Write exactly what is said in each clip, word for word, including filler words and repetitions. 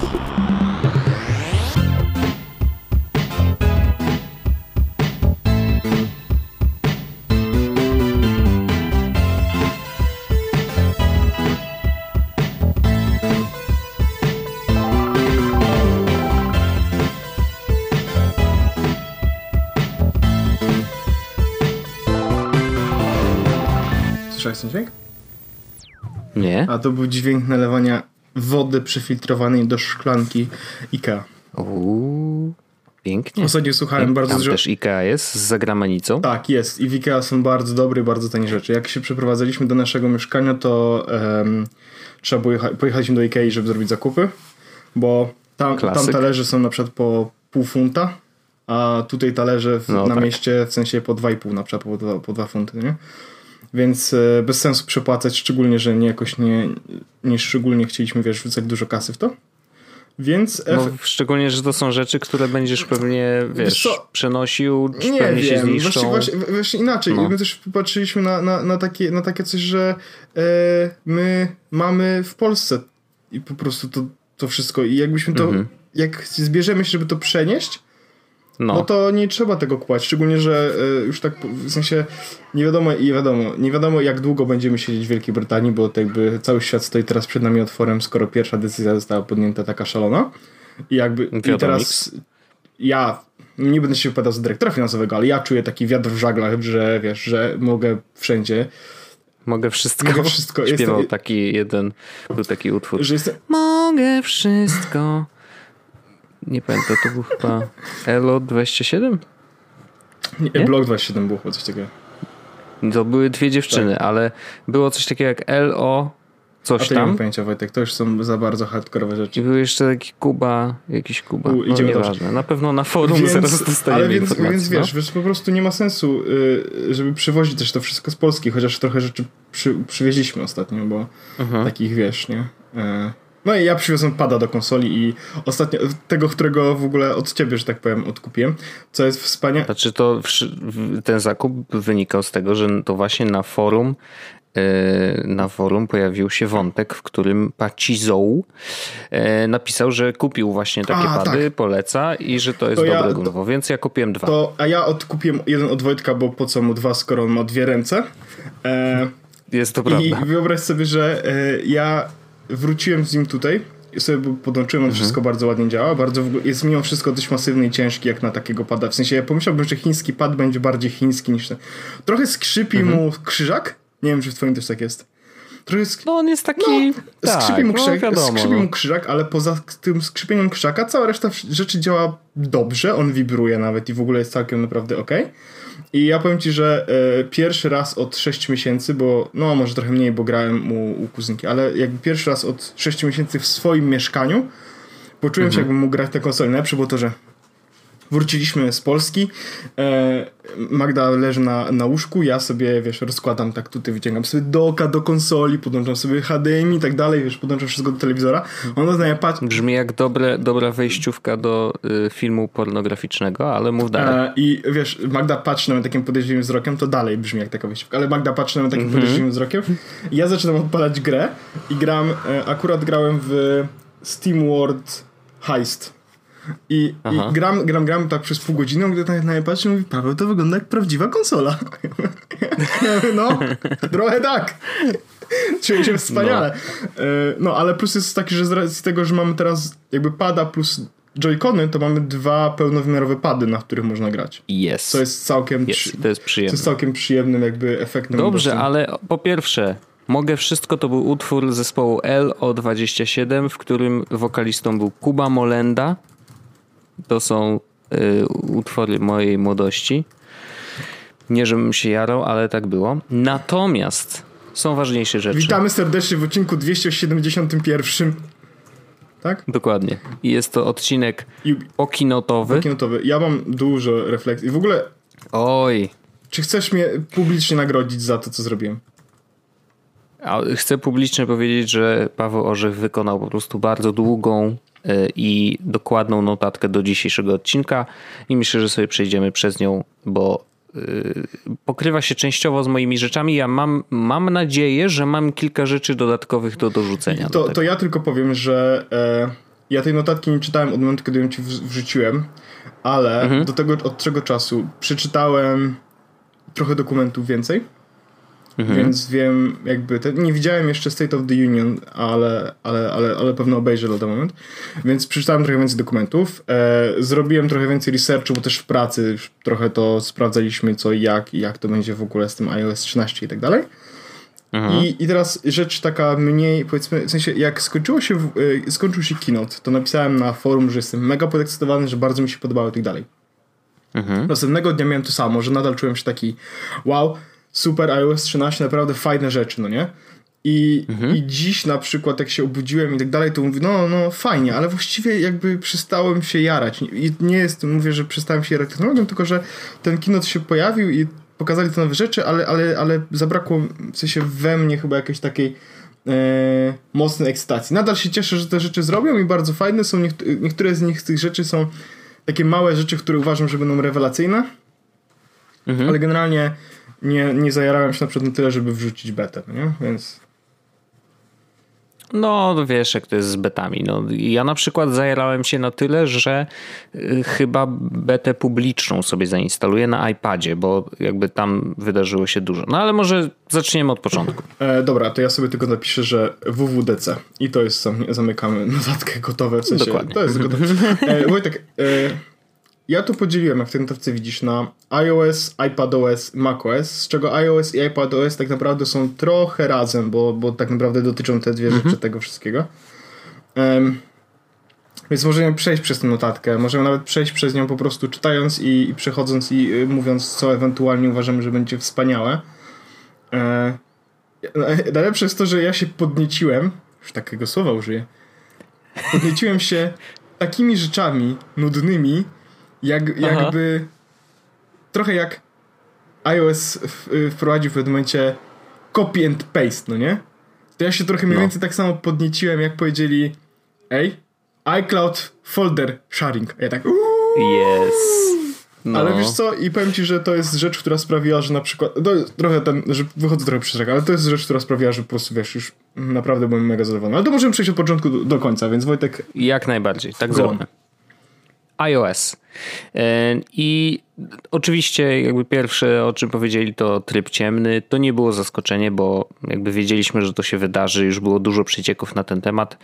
Słyszałeś ten dźwięk? Nie. A to był dźwięk nalewania wody przefiltrowanej do szklanki Ikea. Uuu, pięknie. Ostatnio słuchałem I bardzo tam dużo... też Ikea jest z zagranicą. Tak, jest. I w Ikea są bardzo dobre i bardzo tanie rzeczy. Jak się przeprowadzaliśmy do naszego mieszkania, to um, trzeba było jecha- pojechaliśmy do Ikei, żeby zrobić zakupy, bo tam, tam talerze są na przykład po pół funta, a tutaj talerze w, no, na tak. mieście w sensie po dwa i pół na przykład, po dwa, po dwa funty, nie? Więc e, bez sensu przepłacać, szczególnie, że nie jakoś nie, nie szczególnie chcieliśmy, wiesz, wrzucać dużo kasy w to. Więc... F... No, szczególnie, że to są rzeczy, które będziesz pewnie, wiesz, co? przenosił, czy nie pewnie wiem. się zniszczą. Właśnie, właśnie, właśnie inaczej. No. My też patrzyliśmy na, na, na, takie, na takie coś, że e, my mamy w Polsce i po prostu to, to wszystko. I jakbyśmy to, mhm. jak zbierzemy się, żeby to przenieść, No. no to nie trzeba tego kupować, szczególnie, że y, już tak w sensie nie wiadomo i wiadomo, nie wiadomo jak długo będziemy siedzieć w Wielkiej Brytanii, bo to jakby cały świat stoi teraz przed nami otworem, skoro pierwsza decyzja została podjęta taka szalona i jakby i teraz ja nie będę się wypowiadał za dyrektora finansowego, ale ja czuję taki wiatr w żaglach, że wiesz, że mogę wszędzie Mogę wszystko. Mogę wszystko. Śpiewał jestem... taki jeden, był taki utwór. Że jestem... Mogę wszystko. Nie pamiętam, to był chyba L O dwadzieścia siedem? Nie, nie? Blok dwadzieścia siedem było coś takiego. To były dwie dziewczyny, tak. Ale było coś takiego jak L O coś A to tam. nie mam pojęcia, Wojtek, to już są za bardzo hardkorowe rzeczy. I był jeszcze taki Kuba, jakiś Kuba, U, no nieważne. Na pewno na forum więc, zaraz dostaniemy ale więc, informację. Więc wiesz, no? wiesz, po prostu nie ma sensu, żeby przywozić też to wszystko z Polski, chociaż trochę rzeczy przy, przywieźliśmy ostatnio, bo uh-huh. takich wiesz, nie? No i ja przywiozłem pada do konsoli i ostatnio, tego, którego w ogóle od ciebie, że tak powiem, odkupiłem, co jest wspaniałe. Znaczy to ten zakup wynikał z tego, że to właśnie na forum na forum pojawił się wątek, w którym Pacizou napisał, że kupił właśnie takie a, pady, tak. poleca i że to jest to dobre ja, gumnowo, więc ja kupiłem dwa. To, a ja odkupiłem jeden od Wojtka, bo po co mu dwa, skoro on ma dwie ręce. E, jest to prawda. I wyobraź sobie, że e, ja wróciłem z nim tutaj i sobie podłączyłem, on mhm. wszystko bardzo ładnie działa, bardzo jest mimo wszystko dość masywny i ciężki jak na takiego pada. W sensie ja pomyślałbym, że chiński pad będzie bardziej chiński niż ten. Trochę skrzypi mhm. mu krzyżak. Nie wiem, czy w twoim też tak jest. Trochę sk- no on jest taki... No, tak, skrzypi mu, krzyżak, no wiadomo, skrzypi no. mu krzyżak, ale poza tym skrzypieniem krzyżaka cała reszta rzeczy działa dobrze. On wibruje nawet i w ogóle jest całkiem naprawdę okej. Okay. I ja powiem ci, że e, pierwszy raz od sześciu miesięcy, bo no może trochę mniej, bo grałem u, u kuzynki, ale jakby pierwszy raz od sześciu miesięcy w swoim mieszkaniu poczułem mhm. się, jakbym mógł grać na konsoli. Najlepsze było to, że wróciliśmy z Polski, e, Magda leży na, na łóżku, ja sobie, wiesz, rozkładam tak tutaj, wyciągam sobie doka do konsoli, podłączam sobie H D M I i tak dalej, wiesz, podłączam wszystko do telewizora. Ona na mnie patrzy. Brzmi jak dobre, dobra wejściówka do y, filmu pornograficznego, ale mów dalej. E, I wiesz, Magda patrzy na mnie takim podejrzliwym wzrokiem, to dalej brzmi jak taka wejściówka, ale Magda patrzy na mnie takim mm-hmm. podejrzliwym wzrokiem i ja zaczynam odpalać grę i gram, e, akurat grałem w Steam World Heist. I, i gram, gram, gram tak przez pół godziny, gdy tak na mnie patrzy i mówi, Paweł, to wygląda jak prawdziwa konsola. Ja mówię, no, trochę tak. Czuję się wspaniale. No. no, ale plus jest taki, że z racji tego, że mamy teraz jakby pada plus Joy-Cony, to mamy dwa pełnowymiarowe pady, na których można grać. Yes. Co jest całkiem, yes, to jest przyjemne. Co jest całkiem przyjemnym jakby efektem. Dobrze, ale po pierwsze, Mogę Wszystko to był utwór zespołu L O dwadzieścia siedem, w którym wokalistą był Kuba Molenda. To są y, utwory mojej młodości. Nie, żebym się jarał, ale tak było. Natomiast są ważniejsze rzeczy. Witamy serdecznie w odcinku dwieście siedemdziesiątym pierwszym. Tak? Dokładnie. I jest to odcinek I... okinotowy. okinotowy. Ja mam dużo refleksji. W ogóle... Oj. Czy chcesz mnie publicznie nagrodzić za to, co zrobiłem? Chcę publicznie powiedzieć, że Paweł Orzech wykonał po prostu bardzo długą i dokładną notatkę do dzisiejszego odcinka i myślę, że sobie przejdziemy przez nią, bo yy, pokrywa się częściowo z moimi rzeczami. Ja mam, mam nadzieję, że mam kilka rzeczy dodatkowych do dorzucenia. To, do to ja tylko powiem, że ja tej notatki nie czytałem od momentu, kiedy ją ci wrzuciłem, ale mhm. do tego od tego czasu przeczytałem trochę dokumentów więcej, mhm. więc wiem jakby, te, nie widziałem jeszcze State of the Union, ale, ale, ale, ale pewno obejrzę na ten moment, więc przeczytałem trochę więcej dokumentów, e, zrobiłem trochę więcej researchu, bo też w pracy trochę to sprawdzaliśmy co i jak i jak to będzie w ogóle z tym iOS trzynaście i tak dalej. I, I teraz rzecz taka mniej, powiedzmy, w sensie jak skończyło się, y, skończył się keynote, to napisałem na forum, że jestem mega podekscytowany, że bardzo mi się podobało i tak dalej. Mhm. Następnego dnia miałem to samo, że nadal czułem się taki wow, super, iOS trzynaście, naprawdę fajne rzeczy, no nie? I, mhm. I dziś na przykład jak się obudziłem i tak dalej, to mówię, no, no fajnie, ale właściwie jakby przestałem się jarać. I nie jest, mówię, że przestałem się jarać technologią, tylko że ten keynote się pojawił i pokazali te nowe rzeczy, ale, ale, ale zabrakło w sensie we mnie chyba jakiejś takiej e, mocnej ekscytacji. Nadal się cieszę, że te rzeczy zrobią i bardzo fajne są. Niektóre, niektóre z nich z tych rzeczy są takie małe rzeczy, które uważam, że będą rewelacyjne, mhm. ale generalnie nie, nie zajarałem się na przykład na tyle, żeby wrzucić betę, nie? Więc... No, wiesz, jak to jest z betami. No, ja na przykład zajarałem się na tyle, że y, chyba betę publiczną sobie zainstaluję na iPadzie, bo jakby tam wydarzyło się dużo. No ale może zaczniemy od początku. E, dobra, to ja sobie tylko napiszę, że W W D C i to jest, zamykamy notatkę gotowe. W sensie, dokładnie. To jest gotowe. E, Wojtek, e, ja tu podzieliłem, jak w tej notatce widzisz, na iOS, iPadOS, macOS, z czego iOS i iPadOS tak naprawdę są trochę razem, bo, bo tak naprawdę dotyczą te dwie mhm. rzeczy tego wszystkiego. Um, więc możemy przejść przez tę notatkę, możemy nawet przejść przez nią po prostu czytając i, i przechodząc i y, mówiąc, co ewentualnie uważamy, że będzie wspaniałe. E, najlepsze jest to, że ja się podnieciłem, już takiego słowa użyję, podnieciłem się takimi rzeczami nudnymi, Jak, jakby trochę jak iOS w, wprowadził w pewnym momencie copy and paste, no nie? To ja się trochę mniej no. więcej tak samo podnieciłem, jak powiedzieli ej, iCloud folder sharing. A ja tak yes. No. Ale wiesz co? I powiem ci, że to jest rzecz, która sprawiła, że na przykład to trochę ten, że wychodzę trochę przez rzekę, ale to jest rzecz, która sprawiła, że po prostu wiesz, już naprawdę byłem mega zadowolony. Ale to możemy przejść od początku do, do końca, więc Wojtek... Jak najbardziej, tak zróbmy. iOS. I oczywiście jakby pierwsze, o czym powiedzieli, to tryb ciemny. To nie było zaskoczenie, bo jakby wiedzieliśmy, że to się wydarzy. Już było dużo przecieków na ten temat.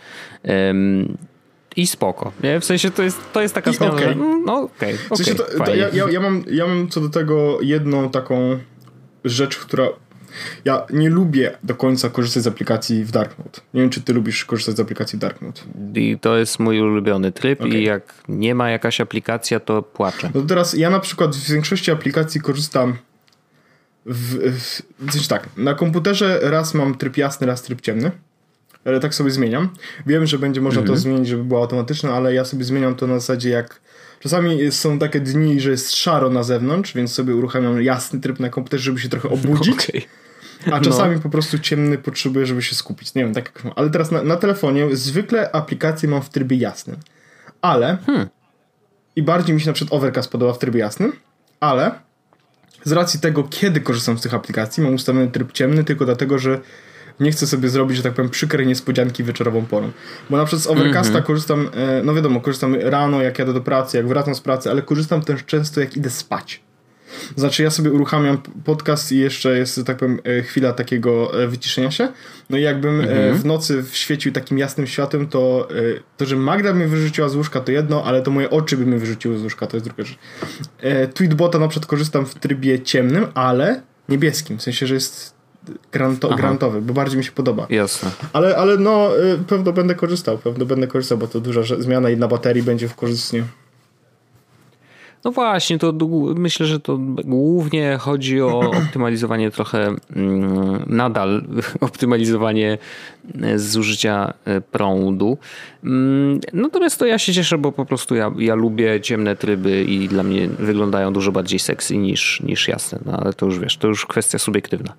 I spoko. Nie? W sensie to jest, to jest taka zmiana, okay. że no okej, okay, w sensie okay, to, to ja, ja, ja, mam, ja mam co do tego jedną taką rzecz, która... Ja nie lubię do końca korzystać z aplikacji w Dark Mode. Nie wiem, czy ty lubisz korzystać z aplikacji w Dark Mode. I to jest mój ulubiony tryb okay. i jak nie ma jakaś aplikacja, to płaczę. No to teraz ja na przykład w większości aplikacji korzystam w, w, w sensie tak, na komputerze raz mam tryb jasny, raz tryb ciemny, ale tak sobie zmieniam. Wiem, że będzie można mm-hmm. to zmienić, żeby było automatyczne, ale ja sobie zmieniam to na zasadzie jak czasami są takie dni, że jest szaro na zewnątrz, więc sobie uruchamiam jasny tryb na komputerze, żeby się trochę obudzić. Okay. A czasami no. po prostu ciemny potrzebuję, żeby się skupić. Nie wiem, tak jak mam. Ale teraz na, na telefonie zwykle aplikacje mam w trybie jasnym. Ale hmm. i bardziej mi się na przykład Overcast podoba w trybie jasnym, ale z racji tego, kiedy korzystam z tych aplikacji, mam ustawiony tryb ciemny tylko dlatego, że nie chcę sobie zrobić, że tak powiem, przykrej niespodzianki wieczorową porą. Bo na przykład z Overcasta mm-hmm. korzystam, no wiadomo, korzystam rano, jak jadę do pracy, jak wracam z pracy, ale korzystam też często, jak idę spać. Znaczy ja sobie uruchamiam podcast i jeszcze jest, że tak powiem, chwila takiego wyciszenia się. No i jakbym mm-hmm. w nocy świecił takim jasnym światłem, to to, że Magda mnie wyrzuciła z łóżka, to jedno, ale to moje oczy by mnie wyrzuciły z łóżka, to jest druga rzecz. Tweetbota na przykład korzystam w trybie ciemnym, ale niebieskim, w sensie, że jest granto, grantowy, bo bardziej mi się podoba. Jasne. Ale, ale no, pewno będę korzystał, pewno będę korzystał, bo to duża zmiana i na baterii będzie w korzystnie. No właśnie, to myślę, że to głównie chodzi o optymalizowanie trochę, nadal optymalizowanie zużycia prądu. Natomiast to ja się cieszę, bo po prostu ja, ja lubię ciemne tryby i dla mnie wyglądają dużo bardziej sexy niż, niż jasne. No ale to już wiesz, to już kwestia subiektywna.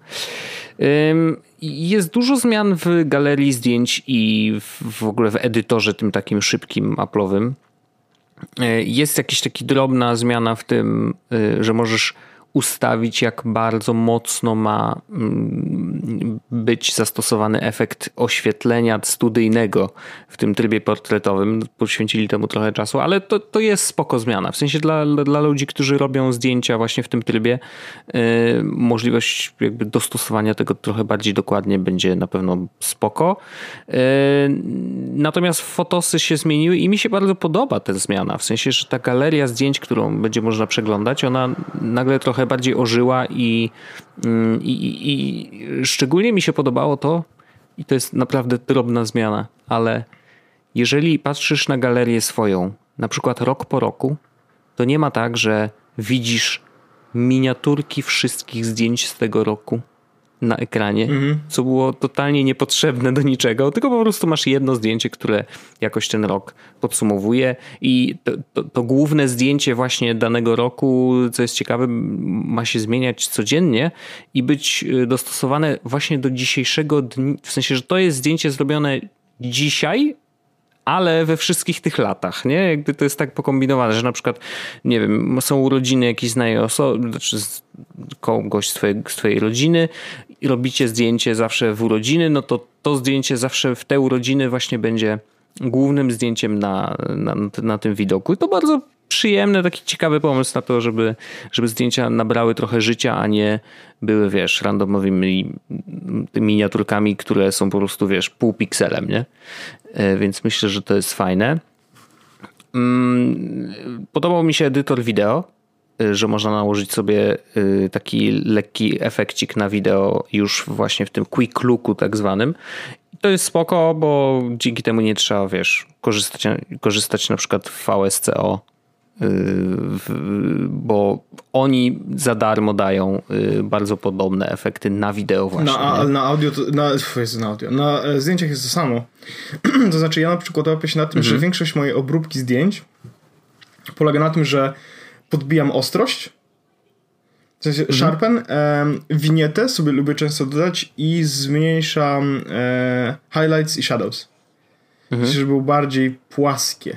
Jest dużo zmian w galerii zdjęć i w ogóle w edytorze tym takim szybkim Apple'owym. Jest jakaś taka drobna zmiana w tym, że możesz ustawić, jak bardzo mocno ma być zastosowany efekt oświetlenia studyjnego w tym trybie portretowym. Poświęcili temu trochę czasu, ale to, to jest spoko zmiana. W sensie dla, dla ludzi, którzy robią zdjęcia właśnie w tym trybie, yy, możliwość jakby dostosowania tego trochę bardziej dokładnie będzie na pewno spoko. Yy, natomiast fotosy się zmieniły i mi się bardzo podoba ta zmiana. W sensie, że ta galeria zdjęć, którą będzie można przeglądać, ona nagle trochę bardziej ożyła i, i, i, i szczególnie mi się podobało to, i to jest naprawdę drobna zmiana, ale jeżeli patrzysz na galerię swoją, na przykład rok po roku, to nie ma tak, że widzisz miniaturki wszystkich zdjęć z tego roku na ekranie, mhm. co było totalnie niepotrzebne do niczego, tylko po prostu masz jedno zdjęcie, które jakoś ten rok podsumowuje i to, to, to główne zdjęcie właśnie danego roku, co jest ciekawe, ma się zmieniać codziennie i być dostosowane właśnie do dzisiejszego dnia, w sensie, że to jest zdjęcie zrobione dzisiaj, ale we wszystkich tych latach, nie? Jakby to jest tak pokombinowane, że na przykład, nie wiem, są urodziny jakiejś znajomej osoby, znaczy kogoś z twojej, z twojej rodziny i robicie zdjęcie zawsze w urodziny, no to to zdjęcie zawsze w te urodziny właśnie będzie głównym zdjęciem na, na, na tym widoku. I to bardzo przyjemny, taki ciekawy pomysł na to, żeby, żeby zdjęcia nabrały trochę życia, a nie były, wiesz, randomowymi miniaturkami, które są po prostu, wiesz, pół pikselem, nie? Więc myślę, że to jest fajne. Podobał mi się edytor wideo, że można nałożyć sobie taki lekki efekcik na wideo już właśnie w tym quick looku tak zwanym. To jest spoko, bo dzięki temu nie trzeba, wiesz, korzystać, korzystać na przykład w V S C O, bo oni za darmo dają bardzo podobne efekty na wideo właśnie. Na, na audio, to, na, jest na audio, na zdjęciach jest to samo. To znaczy ja na przykład łapię się na tym, mhm. że większość mojej obróbki zdjęć polega na tym, że podbijam ostrość, w sensie mhm. sharpen, e, winietę sobie lubię często dodać i zmniejszam e, highlights i shadows. Mhm. Żeby było bardziej płaskie.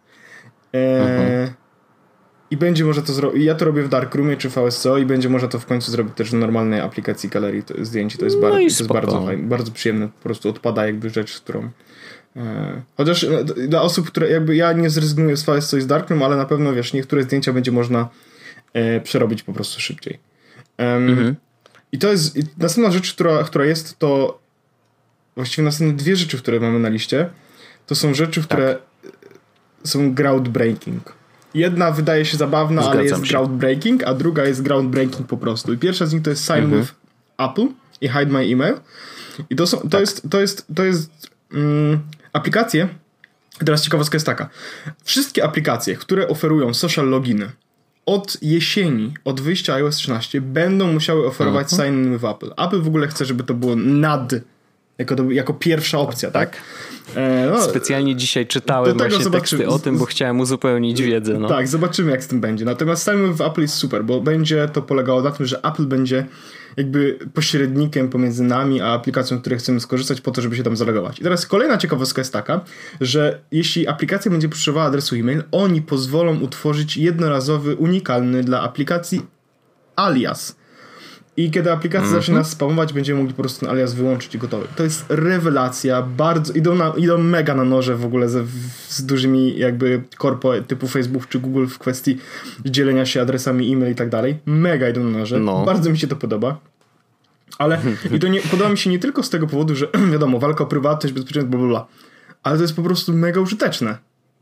E, mhm. I będzie można to zrobić. Ja to robię w Darkroomie czy w V S C O i będzie można to w końcu zrobić też w normalnej aplikacji galerii to, zdjęć. To jest, no bar- to jest bardzo fajne, bardzo przyjemne. Po prostu odpada jakby rzecz, z którą. E, chociaż no, dla osób, które jakby ja nie zrezygnuję z V S C O i z Darkroom, ale na pewno wiesz, niektóre zdjęcia będzie można e, przerobić po prostu szybciej. Um, mhm. I to jest. I następna rzecz, która, która jest, to właściwie następne dwie rzeczy, które mamy na liście, to są rzeczy, które tak. są groundbreaking. Jedna wydaje się zabawna, Zgadzam ale jest się. groundbreaking, a druga jest groundbreaking po prostu. I pierwsza z nich to jest Sign mhm. with Apple i Hide My Email. I to, są, to tak. jest, to jest, to jest mm, aplikacje. Teraz ciekawostka jest taka. Wszystkie aplikacje, które oferują social loginy od jesieni, od wyjścia iOS trzynaście będą musiały oferować mhm. Sign with Apple. Apple w ogóle chce, żeby to było nad Jako, do, jako pierwsza opcja, tak? tak? E, no, Specjalnie dzisiaj czytałem właśnie teksty o tym, bo chciałem uzupełnić wiedzę. No. Tak, zobaczymy jak z tym będzie. Natomiast Sign w Apple jest super, bo będzie to polegało na tym, że Apple będzie jakby pośrednikiem pomiędzy nami a aplikacją, z której chcemy skorzystać po to, żeby się tam zalogować. I teraz kolejna ciekawostka jest taka, że jeśli aplikacja będzie potrzebowała adresu e-mail, oni pozwolą utworzyć jednorazowy, unikalny dla aplikacji alias. I kiedy aplikacja mm-hmm. zacznie nas spamować, będziemy mogli po prostu ten alias wyłączyć i gotowy. To jest rewelacja, bardzo, idą, na, idą mega na noże w ogóle z, z dużymi jakby korpo typu Facebook czy Google w kwestii dzielenia się adresami e-mail i tak dalej. Mega idą na noże. No. Bardzo mi się to podoba. Ale i to nie, podoba mi się nie tylko z tego powodu, że wiadomo, walka o prywatność, bezpieczeństwo, bla, bla, bla, ale to jest po prostu mega użyteczne.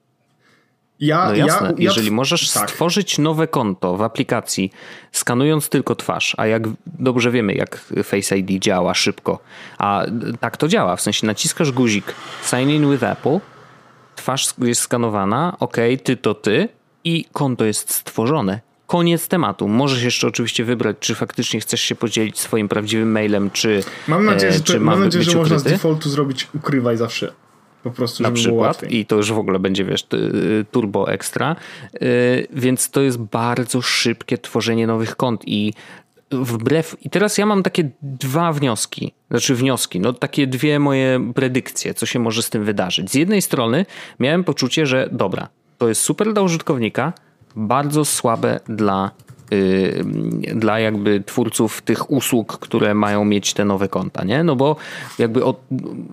Ja, no jasne, ja, ja, jeżeli możesz tak. stworzyć nowe konto w aplikacji, skanując tylko twarz, a jak dobrze wiemy, jak Face I D działa szybko, a tak to działa, w sensie naciskasz guzik Sign in with Apple, twarz jest skanowana, ok, ty to ty i konto jest stworzone. Koniec tematu. Możesz jeszcze oczywiście wybrać, czy faktycznie chcesz się podzielić swoim prawdziwym mailem, czy Mam nadzieję, e, że, to, mam nadzieję, że można z defaultu zrobić ukrywaj zawsze. Po prostu, na przykład i to już w ogóle będzie, wiesz, turbo ekstra, yy, więc to jest bardzo szybkie tworzenie nowych kont i wbrew, i teraz ja mam takie dwa wnioski, znaczy wnioski, no takie dwie moje predykcje, co się może z tym wydarzyć. Z jednej strony miałem poczucie, że dobra, to jest super dla użytkownika, bardzo słabe dla yy, dla jakby twórców tych usług, które mają mieć te nowe konta, nie? No bo jakby od,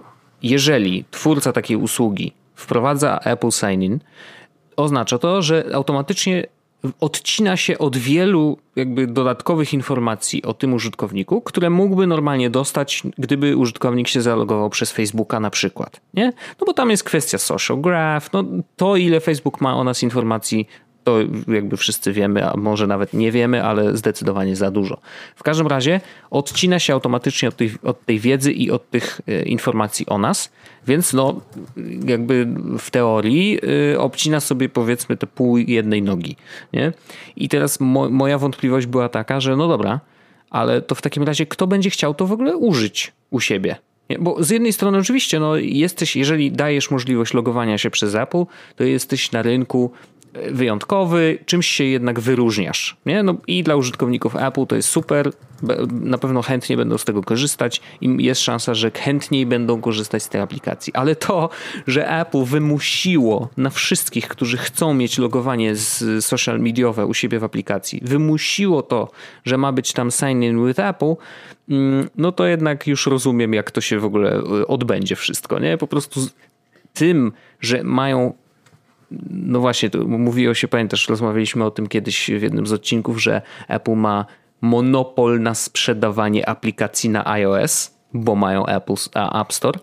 jeżeli twórca takiej usługi wprowadza Apple Sign-in, oznacza to, że automatycznie odcina się od wielu jakby dodatkowych informacji o tym użytkowniku, które mógłby normalnie dostać, gdyby użytkownik się zalogował przez Facebooka na przykład, nie? No bo tam jest kwestia social graph, no to ile Facebook ma o nas informacji, to jakby wszyscy wiemy, a może nawet nie wiemy, ale zdecydowanie za dużo. W każdym razie odcina się automatycznie od tej, od tej wiedzy i od tych informacji o nas, więc no jakby w teorii obcina sobie powiedzmy te pół jednej nogi, nie? I teraz mo- moja wątpliwość była taka, że no dobra, ale to w takim razie kto będzie chciał to w ogóle użyć u siebie? Nie? Bo z jednej strony oczywiście no jesteś, jeżeli dajesz możliwość logowania się przez Apple, to jesteś na rynku wyjątkowy, czymś się jednak wyróżniasz. Nie? No i dla użytkowników Apple to jest super, na pewno chętnie będą z tego korzystać i jest szansa, że chętniej będą korzystać z tej aplikacji. Ale to, że Apple wymusiło na wszystkich, którzy chcą mieć logowanie z social mediowe u siebie w aplikacji, wymusiło to, że ma być tam sign in with Apple, no to jednak już rozumiem, jak to się w ogóle odbędzie wszystko. Nie? Po prostu tym, że mają no właśnie, to mówiło się, pamiętasz, rozmawialiśmy o tym kiedyś w jednym z odcinków, że Apple ma monopol na sprzedawanie aplikacji na iOS, bo mają Apple App Store.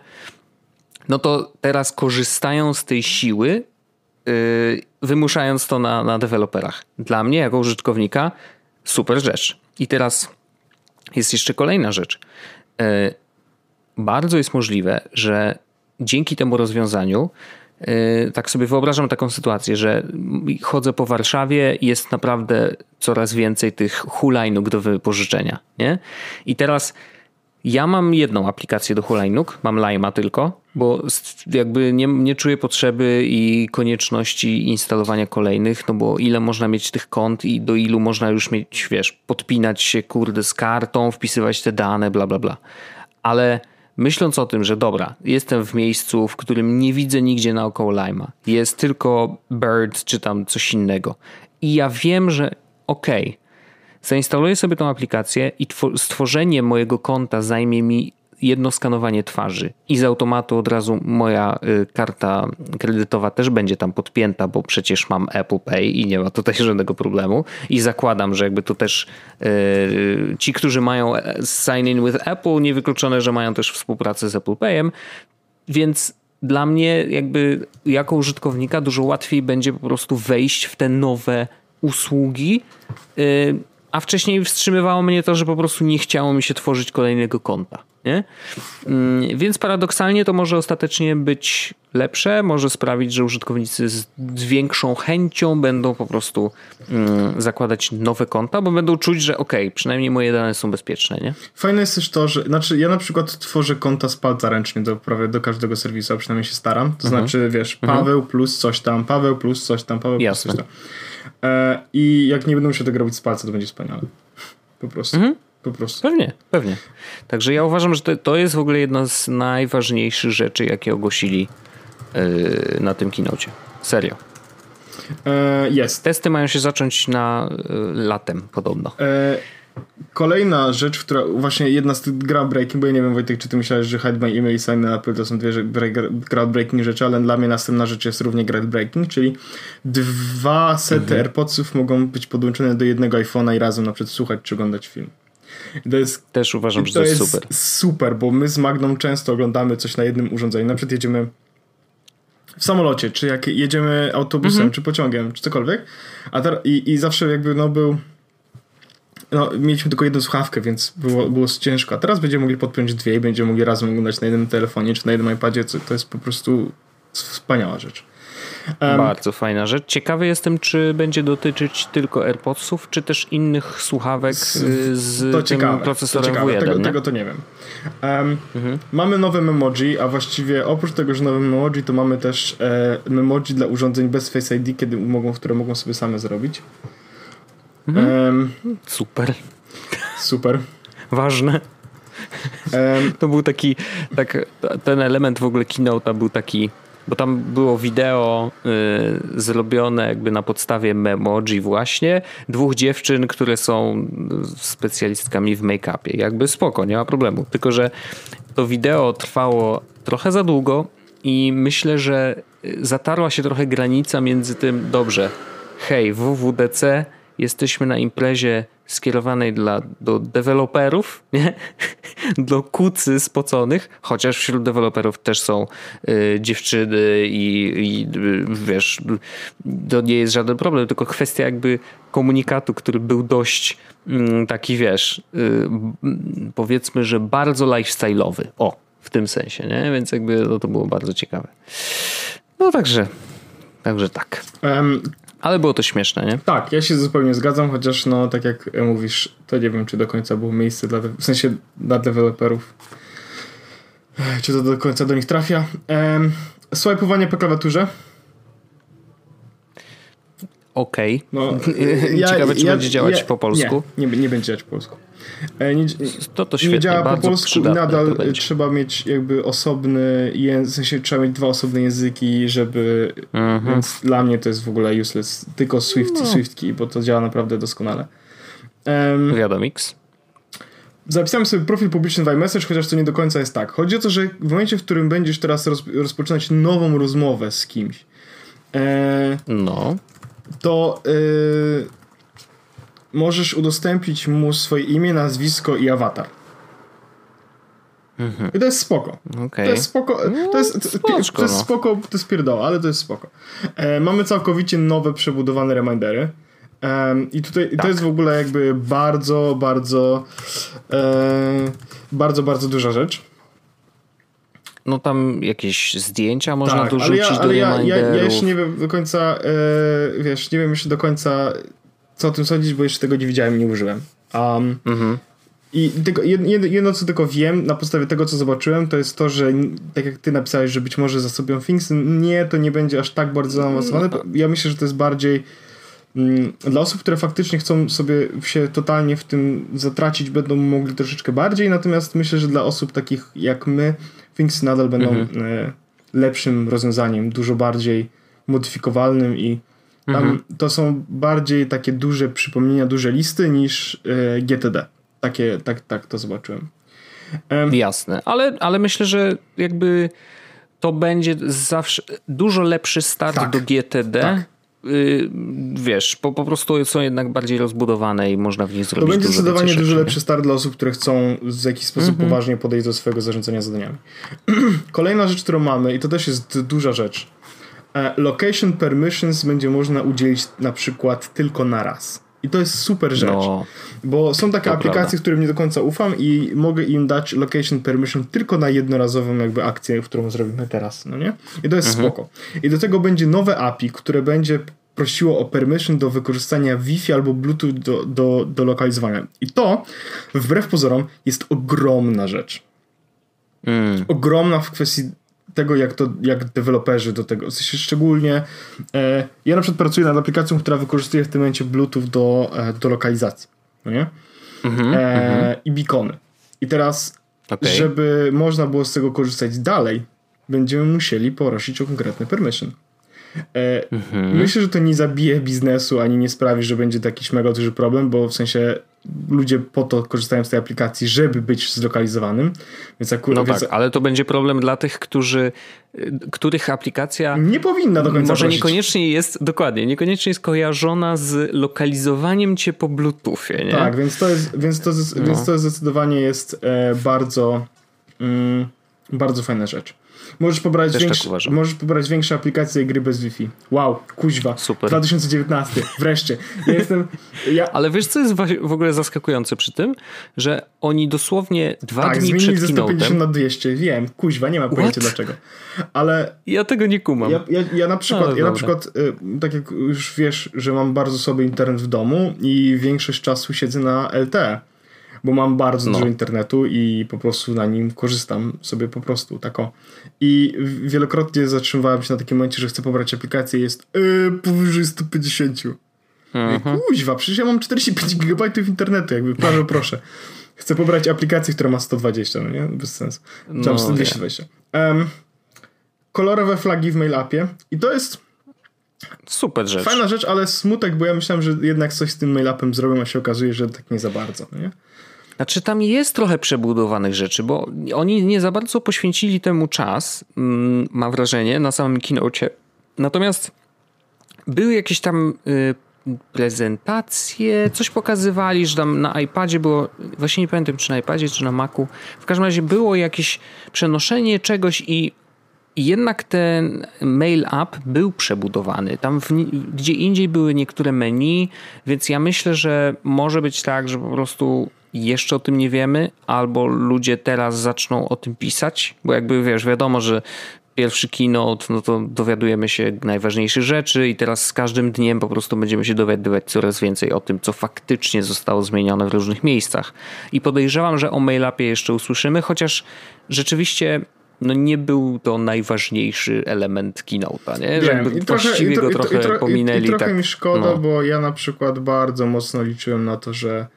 No to teraz korzystają z tej siły, yy, wymuszając to na, na deweloperach. Dla mnie, jako użytkownika, super rzecz. I teraz jest jeszcze kolejna rzecz. Yy, bardzo jest możliwe, że dzięki temu rozwiązaniu tak sobie wyobrażam taką sytuację, że chodzę po Warszawie i jest naprawdę coraz więcej tych hulajnóg do wypożyczenia, nie? I teraz ja mam jedną aplikację do hulajnóg, mam Lime'a tylko, bo jakby nie, nie czuję potrzeby i konieczności instalowania kolejnych, no bo ile można mieć tych kont i do ilu można już mieć, wiesz, podpinać się kurde z kartą, wpisywać te dane, bla bla bla. Ale myśląc o tym, że dobra, jestem w miejscu, w którym nie widzę nigdzie naokoło Lime'a. Jest tylko Bird czy tam coś innego. I ja wiem, że okej, okay, zainstaluję sobie tą aplikację i stworzenie mojego konta zajmie mi jedno skanowanie twarzy. I z automatu od razu moja y, karta kredytowa też będzie tam podpięta, bo przecież mam Apple Pay i nie ma tutaj żadnego problemu. I zakładam, że jakby to też y, ci, którzy mają sign in with Apple, niewykluczone, że mają też współpracę z Apple Payem. Więc dla mnie jakby jako użytkownika dużo łatwiej będzie po prostu wejść w te nowe usługi, y, a wcześniej wstrzymywało mnie to, że po prostu nie chciało mi się tworzyć kolejnego konta. Nie? Więc paradoksalnie to może ostatecznie być lepsze, może sprawić, że użytkownicy z większą chęcią będą po prostu um, zakładać nowe konta, bo będą czuć, że okej, okay, przynajmniej moje dane są bezpieczne. Nie? Fajne jest też to, że znaczy ja na przykład tworzę konta z palca ręcznie do, prawie do każdego serwisu, a przynajmniej się staram. To mhm. znaczy, wiesz, Paweł mhm. plus coś tam, Paweł plus coś tam, Paweł Jasne. plus coś tam. E, I jak nie będę musiał tego robić z palca, to będzie wspaniale. Po prostu. Mhm. Po prostu. Pewnie, pewnie. Także ja uważam, że to, to jest w ogóle jedna z najważniejszych rzeczy, jakie ogłosili yy, na tym keynocie. Serio. E, jest. Testy mają się zacząć na y, latem podobno. E, kolejna rzecz, która właśnie jedna z tych groundbreaking, bo ja nie wiem, Wojtek, czy ty myślałeś, że Hide My Email i Sign Apple to są dwie groundbreaking rzeczy, ale dla mnie następna rzecz jest równie groundbreaking, czyli dwa sety mhm. AirPodsów mogą być podłączone do jednego iPhone'a i razem na przykład słuchać czy oglądać film. To jest, Też uważam, że to jest super. super, bo my z Magdą często oglądamy coś na jednym urządzeniu. Na przykład jedziemy w samolocie, czy jak jedziemy autobusem, mhm. czy pociągiem, czy cokolwiek. A ter- i, I zawsze jakby no był... No, mieliśmy tylko jedną słuchawkę, więc było, było ciężko. A teraz będziemy mogli podpiąć dwie i będziemy mogli razem oglądać na jednym telefonie, czy na jednym iPadzie. To jest po prostu wspaniała rzecz. Um, Bardzo fajna rzecz. Ciekawy jestem, czy będzie dotyczyć tylko AirPodsów, czy też innych słuchawek z, z to tym ciekawe, procesorem to ciekawe. W jeden. Tego, nie? tego to nie wiem. Um, mhm. Mamy nowe memoji, a właściwie oprócz tego, że nowe memoji, to mamy też e, memoji dla urządzeń bez Face I D, kiedy mogą, które mogą sobie same zrobić. Mhm. Um, super. Super. Ważne. Um, to był taki, tak, ten element w ogóle keynote'a był taki bo tam było wideo y, zrobione jakby na podstawie Memoji właśnie, dwóch dziewczyn, które są specjalistkami w make-upie. Jakby spoko, nie ma problemu. Tylko że to wideo trwało trochę za długo i myślę, że zatarła się trochę granica między tym, dobrze, hej, W W D C, jesteśmy na imprezie skierowanej dla, do deweloperów, nie? Do kucy spoconych, chociaż wśród deweloperów też są y, dziewczyny i, i y, wiesz, to nie jest żaden problem, tylko kwestia jakby komunikatu, który był dość y, taki, wiesz, y, powiedzmy, że bardzo lifestyle'owy. O, w tym sensie, nie? Więc jakby no, to było bardzo ciekawe. No także, także tak. Um. Ale było to śmieszne, nie? Tak, ja się zupełnie zgadzam, chociaż no tak jak mówisz, to nie wiem, czy do końca było miejsce dla, w sensie dla deweloperów. Czy to do końca do nich trafia. Ehm, swipe'owanie po klawiaturze. Okej. Okay. No, ja, Ciekawe, czy ja, będzie działać ja, po polsku. Nie, nie, nie będzie działać po polsku. E, nie, to to świetnie, nie działa po polsku i nadal trzeba mieć jakby osobny język, w sensie trzeba mieć dwa osobne języki, żeby mhm. więc dla mnie to jest w ogóle useless. Tylko Swift, no. Swiftki, bo to działa naprawdę doskonale. Um, Wiadomix. Zapisałem sobie profil publiczny w iMessage, chociaż to nie do końca jest tak. Chodzi o to, że w momencie, w którym będziesz teraz roz, rozpoczynać nową rozmowę z kimś, e, no to yy, możesz udostępnić mu swoje imię, nazwisko i awatar. Mhm. I to jest spoko. Okay. To jest spoko. To jest, to, to, to jest spoko, to jest pierdoła, ale to jest spoko. E, mamy całkowicie nowe, przebudowane remindery. E, I tutaj tak. To jest w ogóle jakby bardzo, bardzo e, bardzo, bardzo duża rzecz. No tam jakieś zdjęcia można tak, dorzucić ale ja, do ale ja, ja, reminderów. ja jeszcze nie wiem do końca, e, wiesz, nie wiem jeszcze do końca co o tym sądzić, bo jeszcze tego nie widziałem, nie użyłem. Um, mhm. I tylko jedno, jedno, co tylko wiem na podstawie tego, co zobaczyłem, to jest to, że tak jak ty napisałeś, że być może zasobią Things, nie, to nie będzie aż tak bardzo zaawansowane. No. Ja myślę, że to jest bardziej mm, dla osób, które faktycznie chcą sobie się totalnie w tym zatracić, będą mogli troszeczkę bardziej, natomiast myślę, że dla osób takich jak my Things nadal będą mhm. e, lepszym rozwiązaniem, dużo bardziej modyfikowalnym i tam mhm. to są bardziej takie duże przypomnienia, duże listy niż e, G T D. Takie, tak, tak to zobaczyłem. Um, Jasne, ale, ale myślę, że jakby to będzie zawsze dużo lepszy start tak, do G T D. Tak. Y, wiesz, po, po prostu są jednak bardziej rozbudowane i można w nich zrobić. To będzie dużo zdecydowanie rzeczy, dużo nie? lepszy start dla osób, które chcą w jakiś sposób mhm. poważnie podejść do swojego zarządzania zadaniami. Kolejna rzecz, którą mamy, i to też jest duża rzecz. Location permissions będzie można udzielić na przykład tylko na raz. I to jest super rzecz, no, bo są takie aplikacje, prawda. Którym nie do końca ufam i mogę im dać location permission tylko na jednorazową jakby akcję, którą zrobimy teraz, no nie? I to jest mhm. spoko. I do tego będzie nowe A P I, które będzie prosiło o permission do wykorzystania Wi-Fi albo Bluetooth do, do, do lokalizowania. I to, wbrew pozorom, jest ogromna rzecz. Mm. Ogromna w kwestii tego, jak to, jak deweloperzy do tego, w sensie szczególnie e, ja na przykład pracuję nad aplikacją, która wykorzystuje w tym momencie Bluetooth do, e, do lokalizacji, no nie? Mm-hmm, e, mm-hmm. I beacony. I teraz, okay. żeby można było z tego korzystać dalej, będziemy musieli prosić o konkretny permission. E, mm-hmm. Myślę, że to nie zabije biznesu, ani nie sprawi, że będzie to jakiś mega duży problem, bo w sensie ludzie po to korzystają z tej aplikacji, żeby być zlokalizowanym. Więc akurat, no więc... tak, ale to będzie problem dla tych, którzy, których aplikacja nie powinna do końca może prosić. Niekoniecznie jest, dokładnie, niekoniecznie jest kojarzona z lokalizowaniem cię po Bluetoothie, nie? Tak, więc to jest, więc to, no. więc to zdecydowanie jest e, bardzo mm, bardzo fajna rzecz. Możesz pobrać, większy, tak możesz pobrać większe aplikacje i gry bez Wi-Fi. Wow, kuźwa. Super. dwa tysiące dziewiętnasty. Wreszcie. Ja jestem... Ja... Ale wiesz, co jest w ogóle zaskakujące przy tym? Że oni dosłownie dwa tak, dni przed ze sto pięćdziesiąt na dwieście. Wiem, kuźwa, nie mam pojęcia dlaczego. Ale... Ja tego nie kumam. Ja, ja, ja na przykład, no, ja na przykład y, tak jak już wiesz, że mam bardzo słaby internet w domu i większość czasu siedzę na L T E. Bo mam bardzo no. dużo internetu i po prostu na nim korzystam sobie po prostu tako. I wielokrotnie zatrzymywałem się na takim momencie, że chcę pobrać aplikację i jest yy, powyżej sto pięćdziesiąt. Mhm. Kuźwa, przecież ja mam czterdzieści pięć gigabajtów internetu, jakby prawie proszę. Chcę pobrać aplikację, która ma sto dwadzieścia, no nie? Bez sensu. Czy mam no, dwieście dwadzieścia. Um, kolorowe flagi w mail appie i to jest super rzecz. Fajna rzecz, ale smutek, bo ja myślałem, że jednak coś z tym mail appem zrobią, a się okazuje, że tak nie za bardzo, nie? Znaczy tam jest trochę przebudowanych rzeczy, bo oni nie za bardzo poświęcili temu czas, mam wrażenie, na samym keynocie. Natomiast były jakieś tam y, prezentacje, coś pokazywali, że tam na iPadzie było, właśnie nie pamiętam czy na iPadzie, czy na Macu, w każdym razie było jakieś przenoszenie czegoś i I jednak ten mail app był przebudowany. Tam w, gdzie indziej były niektóre menu, więc ja myślę, że może być tak, że po prostu jeszcze o tym nie wiemy, albo ludzie teraz zaczną o tym pisać, bo jakby wiesz, wiadomo, że pierwszy keynote, no to dowiadujemy się najważniejszych rzeczy i teraz z każdym dniem po prostu będziemy się dowiadywać coraz więcej o tym, co faktycznie zostało zmienione w różnych miejscach. I podejrzewam, że o mail appie jeszcze usłyszymy, chociaż rzeczywiście no nie był to najważniejszy element keynote'a, nie? Że Wiem, i trochę, właściwie i, go i, trochę i, tro, pominęli. I, i trochę tak, mi szkoda, no. bo ja na przykład bardzo mocno liczyłem na to, że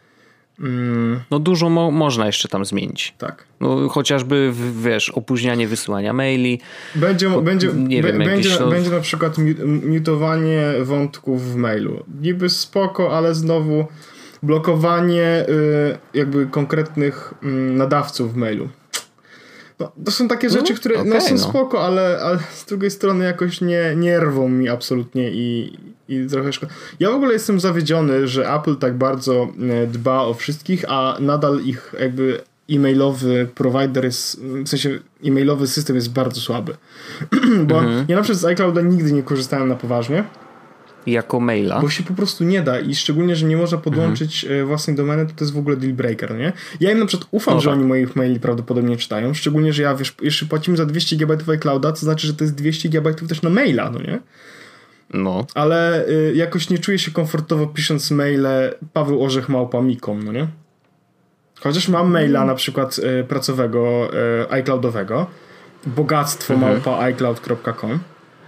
mm, no dużo mo- można jeszcze tam zmienić. Tak. No, chociażby, wiesz, opóźnianie wysyłania maili. Będzie, bo, będzie, nie be, wiem, będzie, jakieś, no... będzie na przykład mutowanie wątków w mailu. Niby spoko, ale znowu blokowanie y, jakby konkretnych y, nadawców w mailu. No, to są takie rzeczy, które no, okay, no, są no. spoko, ale, ale z drugiej strony jakoś nie, nie rwą mi absolutnie i, i trochę szkoda. Ja w ogóle jestem zawiedziony, że Apple tak bardzo dba o wszystkich, a nadal ich jakby e-mailowy provider jest, w sensie e-mailowy system jest bardzo słaby. Bo mhm. ja na przykład z iClouda nigdy nie korzystałem na poważnie. Jako maila. Bo się po prostu nie da i szczególnie, że nie można podłączyć mhm. własnej domeny, to to jest w ogóle deal breaker, nie? Ja im na przykład ufam, no że tak. oni moich maili prawdopodobnie czytają, szczególnie, że ja wiesz, jeszcze płacimy za dwieście gigabajtów iClouda, to znaczy, że to jest dwieście gigabajtów też na maila, no nie? No. Ale y, jakoś nie czuję się komfortowo pisząc maile Paweł Orzech małpa Mikom, no nie? Chociaż mam maila na przykład y, pracowego, y, iCloudowego, bogactwo mhm. małpa iCloud kropka com.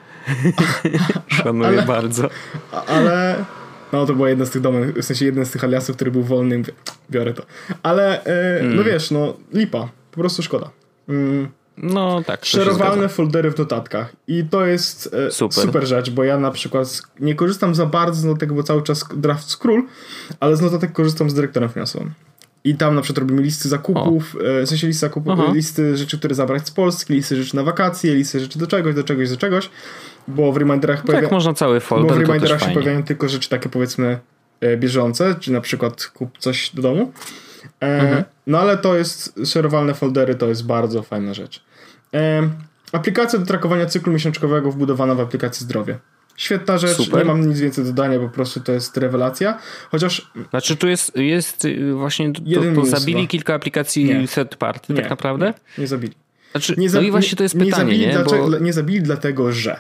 Szanuję ale, bardzo. Ale no to była jedna z tych domen, w sensie jeden z tych aliasów, który był wolny, mówię, biorę to. Ale yy, mm. no wiesz, no lipa, po prostu szkoda. Mm. No tak. Szerowalne foldery w notatkach i to jest e, super. super rzecz, bo ja na przykład nie korzystam za bardzo z notatek, bo cały czas draft scroll, ale z notatek korzystam z dyrektorem finansowym. I tam na przykład robimy listy zakupów, e, w sensie listy zakupów, Aha. listy rzeczy, które zabrać z Polski, listy rzeczy na wakacje, listy rzeczy do czegoś, do czegoś, do czegoś, bo w reminderach tak pojawia... można cały folder, bo w reminderach się fajnie. pojawiają tylko rzeczy takie powiedzmy e, bieżące, czy na przykład kup coś do domu. E, mhm. No ale to jest, szerowalne foldery to jest bardzo fajna rzecz. E, aplikacja do trakowania cyklu miesiączkowego wbudowana w aplikacji Zdrowie. Świetna rzecz, Super. Nie mam nic więcej do dodania, po prostu to jest rewelacja. Chociaż... Znaczy tu jest, jest właśnie, to, to zabili kilka aplikacji nie. third party nie. tak naprawdę? Nie, nie zabili. Znaczy, nie za, no i właśnie to jest nie, pytanie, nie? nie? Dlaczego, Bo... nie zabili dlatego, że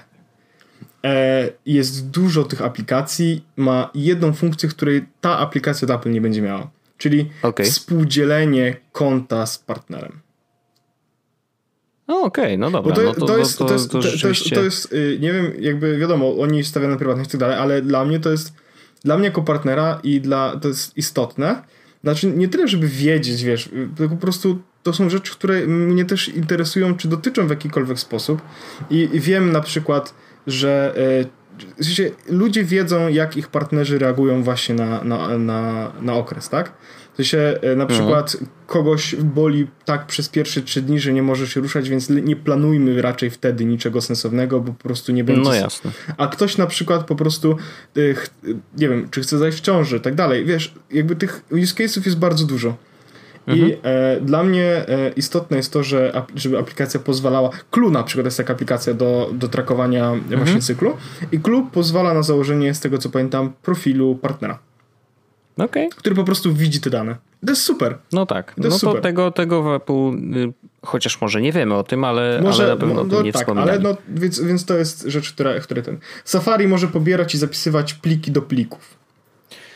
e, jest dużo tych aplikacji, ma jedną funkcję, której ta aplikacja od Apple nie będzie miała. Czyli okay. współdzielenie konta z partnerem. No okej, okay, no dobra. Bo to, no to, to, jest, to, to, jest, to, to, rzeczywiście... to, jest, to jest, nie wiem, jakby wiadomo, oni stawiają na prywatność i tak dalej, ale dla mnie to jest, dla mnie jako partnera i dla, to jest istotne. Znaczy nie tyle, żeby wiedzieć, wiesz, tylko po prostu to są rzeczy, które mnie też interesują, czy dotyczą w jakikolwiek sposób. I wiem na przykład, że w sensie, ludzie wiedzą, jak ich partnerzy reagują właśnie na, na, na, na okres, tak? W sensie, na przykład mhm. kogoś boli tak przez pierwsze trzy dni, że nie może się ruszać, więc nie planujmy raczej wtedy niczego sensownego, bo po prostu nie będzie... No jasne. A ktoś na przykład po prostu nie wiem, czy chce zajść w ciąży, i tak dalej. Wiesz, jakby tych use case'ów jest bardzo dużo. Mhm. I e, dla mnie e, istotne jest to, że żeby aplikacja pozwalała... Clue na przykład jest taka aplikacja do, do trakowania mhm. właśnie cyklu. I Clue pozwala na założenie, z tego co pamiętam, profilu partnera. Okay. Który po prostu widzi te dane. To jest super. No tak. To no super. to tego, tego w Apple, y, chociaż może nie wiemy o tym, ale, może, ale na pewno no, o tym nie tak, wspominali. Ale no, więc, więc to jest rzecz, która, która ten... Safari może pobierać i zapisywać pliki do plików.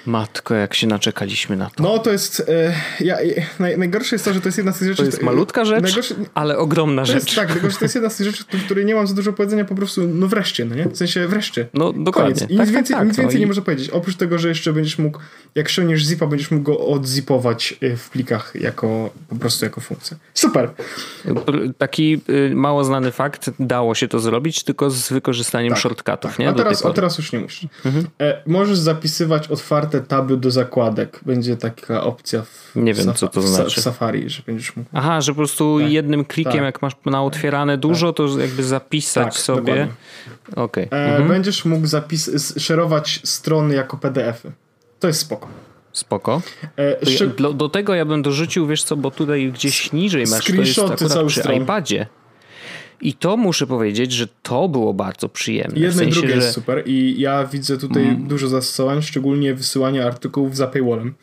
Matko, jak się naczekaliśmy na to. No to jest... E, ja, naj, najgorsze jest to, że to jest jedna z tych rzeczy... To jest malutka rzecz, najgorsze, ale ogromna rzecz. Jest, tak, tylko że to jest jedna z tych rzeczy, w której nie mam za dużo powiedzenia, po prostu no wreszcie, no nie? W sensie wreszcie. No dokładnie. Koniec. I tak, nic więcej, tak, nic więcej no nie i... można powiedzieć. Oprócz tego, że jeszcze będziesz mógł, jak ściągniesz zipa, będziesz mógł go odzipować w plikach jako, po prostu jako funkcję. Super! Taki mało znany fakt, dało się to zrobić, tylko z wykorzystaniem tak, shortcutów, tak. nie? A teraz, a teraz już nie musisz. Mhm. E, możesz zapisywać otwarte taby do zakładek. Będzie taka opcja w, nie wiem, w, co to znaczy. w Safari, że będziesz mógł... Aha, że po prostu tak. jednym klikiem, tak. jak masz naotwierane dużo, tak. to jakby zapisać tak, sobie. Okay. E, mhm. Będziesz mógł zapis- szerować strony jako P D F-y. To jest spoko. Spoko. E, szy- ja, do tego ja bym dorzucił, wiesz co, bo tutaj gdzieś niżej masz, to jest akurat przy stron. iPadzie. I to muszę powiedzieć, że to było bardzo przyjemne. Jedno w sensie, i drugie że... jest super i ja widzę tutaj mm. dużo zastosowań, szczególnie wysyłanie artykułów za paywallem.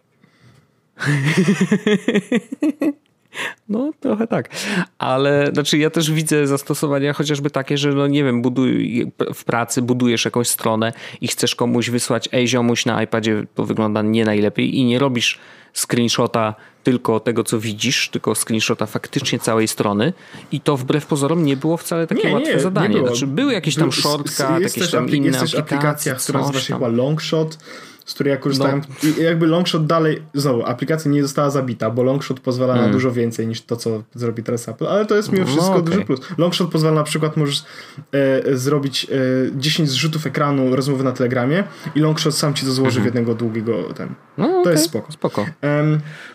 No, trochę tak. Ale znaczy ja też widzę zastosowania chociażby takie, że no nie wiem, buduj, w pracy budujesz jakąś stronę i chcesz komuś wysłać, ej ziomuś, na iPadzie to wygląda nie najlepiej i nie robisz screenshota tylko tego, co widzisz, tylko screenshota faktycznie całej strony i to wbrew pozorom nie było wcale takie nie, łatwe nie, zadanie. Nie znaczy były jakieś tam shortcut, jakieś tam inne jest aplikacje. aplikacja, która nazywa się chyba Longshot, z której ja korzystałem. No. I jakby Longshot dalej, znowu, aplikacja nie została zabita, bo Longshot pozwala mm. na dużo więcej niż to, co zrobi teraz Apple, ale to jest mimo wszystko no, okay. duży plus. Longshot pozwala na przykład, możesz e, zrobić e, dziesięć zrzutów ekranu rozmowy na Telegramie i Longshot sam ci to złoży mm-hmm. w jednego długiego ten. No, to okay. jest spoko. spoko. Um,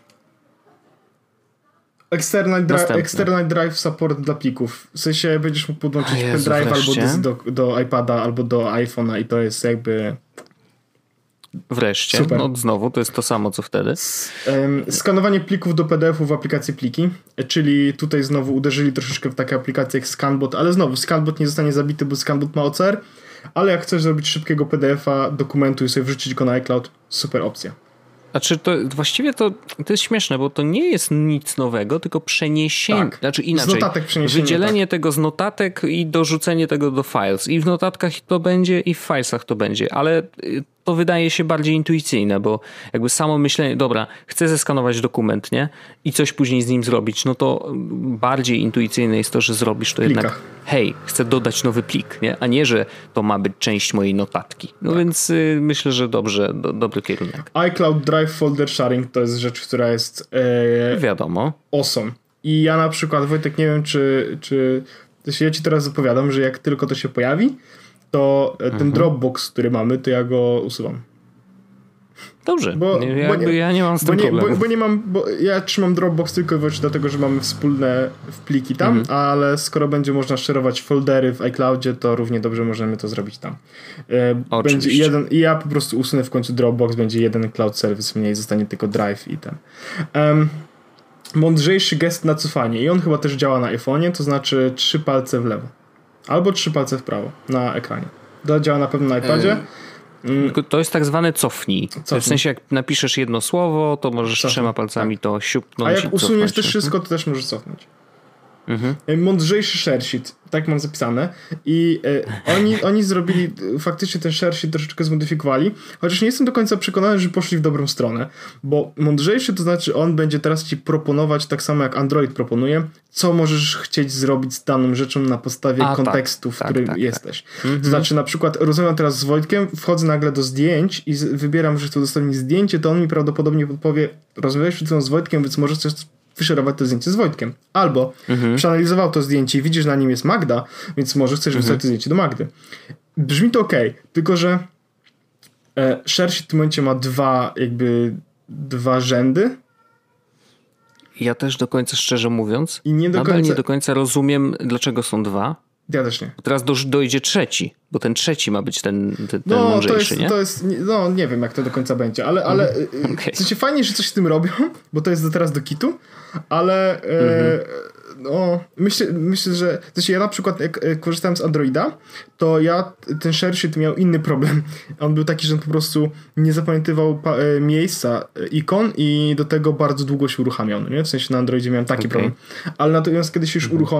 External, dri- external Drive support dla plików. W sensie będziesz mógł podłączyć pendrive albo do, do iPada, albo do iPhone'a i to jest jakby... Wreszcie. Super. No znowu, to jest to samo, co wtedy. Um, skanowanie plików do P D F-u w aplikacji Pliki, czyli tutaj znowu uderzyli troszeczkę w takie aplikacje jak Scanbot, ale znowu Scanbot nie zostanie zabity, bo Scanbot ma O C R, ale jak chcesz zrobić szybkiego P D F-a, dokumentu i sobie wrzucić go na iCloud, super opcja. Znaczy to właściwie to, to jest śmieszne, bo to nie jest nic nowego, tylko przeniesienie, tak. znaczy inaczej, z notatek przeniesienie, wydzielenie tak. tego z notatek i dorzucenie tego do files. I w notatkach to będzie, i w filesach to będzie, ale to wydaje się bardziej intuicyjne, bo jakby samo myślenie, dobra, chcę zeskanować dokument, nie? I coś później z nim zrobić, no to bardziej intuicyjne jest to, że zrobisz to Plikach. jednak, hej, chcę dodać nowy plik, nie? A nie, że to ma być część mojej notatki. No tak. więc y, myślę, że dobrze, do, dobry kierunek. iCloud Drive Folder Sharing to jest rzecz, która jest e, wiadomo. Awesome. I ja na przykład, Wojtek, nie wiem, czy, czy ja ci teraz zapowiadam, że jak tylko to się pojawi, to ten mhm. Dropbox, który mamy, to ja go usuwam. Dobrze, bo, ja, bo nie, ja nie mam z tym bo nie, problemu. Bo, bo nie mam, bo ja trzymam Dropbox tylko i wyłącznie dlatego, że mamy wspólne pliki tam, mhm. ale skoro będzie można szerować foldery w iCloudzie, to równie dobrze możemy to zrobić tam. E, będzie jeden, i ja po prostu usunę w końcu Dropbox, będzie jeden cloud service mniej, zostanie tylko Drive i ten. Um, mądrzejszy gest na cofanie i on chyba też działa na iPhone'ie, to znaczy trzy palce w lewo. Albo trzy palce w prawo na ekranie. To działa na pewno na iPadzie. Yy, to jest tak zwane cofnij. cofnij. W sensie jak napiszesz jedno słowo, to możesz cofnij. trzema palcami tak. to siupnąć. A jak usuniesz cofnąć. też wszystko, to też możesz cofnąć. Mhm. Mądrzejszy sharesheet, tak mam zapisane i e, oni, oni zrobili faktycznie ten sharesheet troszeczkę zmodyfikowali, chociaż nie jestem do końca przekonany, że poszli w dobrą stronę, bo mądrzejszy to znaczy on będzie teraz ci proponować tak samo jak Android proponuje, co możesz chcieć zrobić z daną rzeczą na podstawie A, kontekstu, tak, w którym tak, tak, jesteś. Tak. Mhm. To znaczy na przykład rozmawiam teraz z Wojtkiem, wchodzę nagle do zdjęć i z, wybieram, że chcę udostępnić zdjęcie, to on mi prawdopodobnie podpowie, rozmawiałeś przed chwilą z Wojtkiem, więc możesz coś wyszerować to zdjęcie z Wojtkiem. Albo mhm. przeanalizował to zdjęcie i widzisz, że na nim jest Magda, więc może chcesz mhm. wysłać to zdjęcie do Magdy. Brzmi to okej, okay, tylko że e, sharesheet w tym momencie ma dwa jakby dwa rzędy. Ja też do końca, szczerze mówiąc, I nie do nadal końca... nie do końca rozumiem, dlaczego są dwa. Ja też nie. Teraz do, dojdzie trzeci, bo ten trzeci ma być ten, ten, ten no, mądrzejszy, to jest, nie? To jest, no nie wiem jak to do końca będzie, ale, ale okay. w sensie fajnie, że coś z tym robią, bo to jest do teraz do kitu, ale mhm. e, no myślę, myślę, że w sensie ja na przykład jak korzystałem z Androida, to ja ten sharesheet miał inny problem. On był taki, że on po prostu nie zapamiętywał pa- miejsca ikon i do tego bardzo długo się uruchamiał, no nie? W sensie na Androidzie miałem taki okay. problem. Ale natomiast kiedy się już mhm. uruchomił,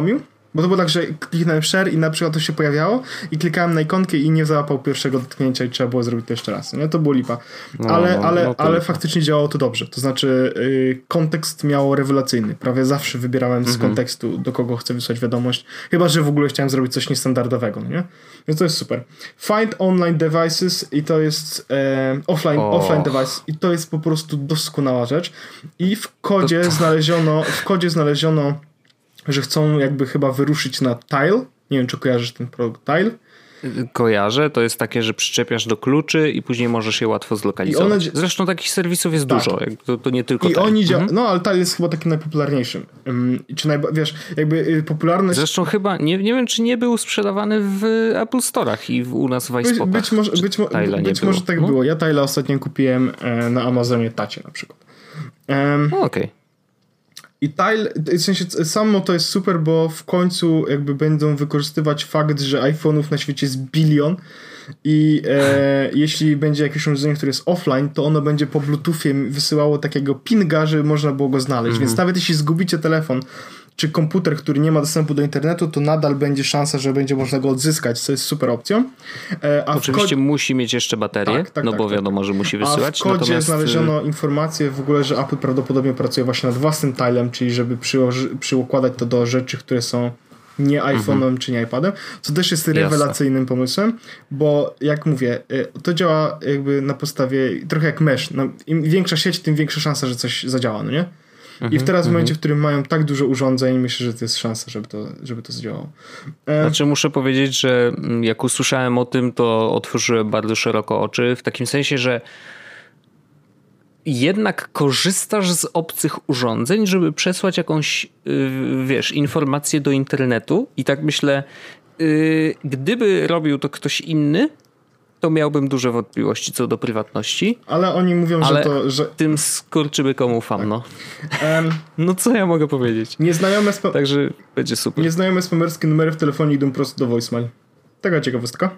Bo to było tak, że kliknąłem share i na przykład to się pojawiało i klikałem na ikonkę i nie załapał pierwszego dotknięcia i trzeba było zrobić to jeszcze raz. Nie? To było lipa. No, ale ale, no ale faktycznie działało to dobrze. To znaczy yy, kontekst miało rewelacyjny. Prawie zawsze wybierałem z mhm. kontekstu, do kogo chcę wysłać wiadomość. Chyba że w ogóle chciałem zrobić coś niestandardowego. Nie? Więc to jest super. Find online devices i to jest e, offline, oh. offline device i to jest po prostu doskonała rzecz. I w kodzie to... znaleziono w kodzie znaleziono że chcą jakby chyba wyruszyć na Tile. Nie wiem, czy kojarzysz ten produkt Tile. Kojarzę, to jest takie, że przyczepiasz do kluczy i później możesz je łatwo zlokalizować. One... Zresztą takich serwisów jest tak. dużo, to, to nie tylko I Tile. oni dzia... mhm. No, ale Tile jest chyba takim najpopularniejszym. Um, czy najba... Wiesz, jakby popularność... Zresztą chyba, nie, nie wiem, czy nie był sprzedawany w Apple Store'ach i w, u nas w iSpotach. Być, być może, być, mo... być może tak no? było. Ja Tile ostatnio kupiłem e, na Amazonie Tacie na przykład. Um, Okej. Okay. I Tile, w sensie samo to jest super, bo w końcu jakby będą wykorzystywać fakt, że iPhone'ów na świecie jest bilion i e, jeśli będzie jakieś urządzenie, które jest offline, to ono będzie po Bluetoothie wysyłało takiego pinga, żeby można było go znaleźć. Mm-hmm. Więc nawet jeśli zgubicie telefon czy komputer, który nie ma dostępu do internetu, to nadal będzie szansa, że będzie można go odzyskać, co jest super opcją. E, a Oczywiście kod... musi mieć jeszcze baterię, tak, tak, no tak, bo tak, wiadomo, że musi wysyłać. A w kodzie Natomiast... znaleziono informację w ogóle, że Apple prawdopodobnie pracuje właśnie nad własnym Tilem, czyli żeby przyłoży, przyukładać to do rzeczy, które są nie iPhone'em mhm. czy nie iPadem, co też jest rewelacyjnym Jasne. pomysłem, bo jak mówię, to działa jakby na podstawie trochę jak mesh. No, im większa sieć, tym większa szansa, że coś zadziała, no nie? I w teraz w momencie, w którym mają tak dużo urządzeń, myślę, że to jest szansa, żeby to, żeby to zadziałało. Znaczy muszę powiedzieć, że jak usłyszałem o tym, to otworzyłem bardzo szeroko oczy, w takim sensie, że jednak korzystasz z obcych urządzeń, żeby przesłać jakąś, wiesz, informację do internetu i tak myślę, gdyby robił to ktoś inny, to miałbym duże wątpliwości co do prywatności. Ale oni mówią, ale że to... Że... tym skurczybykom ufam, tak. no. Um, no co ja mogę powiedzieć? Nieznajome spam... Także będzie super. Nieznajome spamerskie numery w telefonie idą prosto do voicemail. Taka ciekawostka.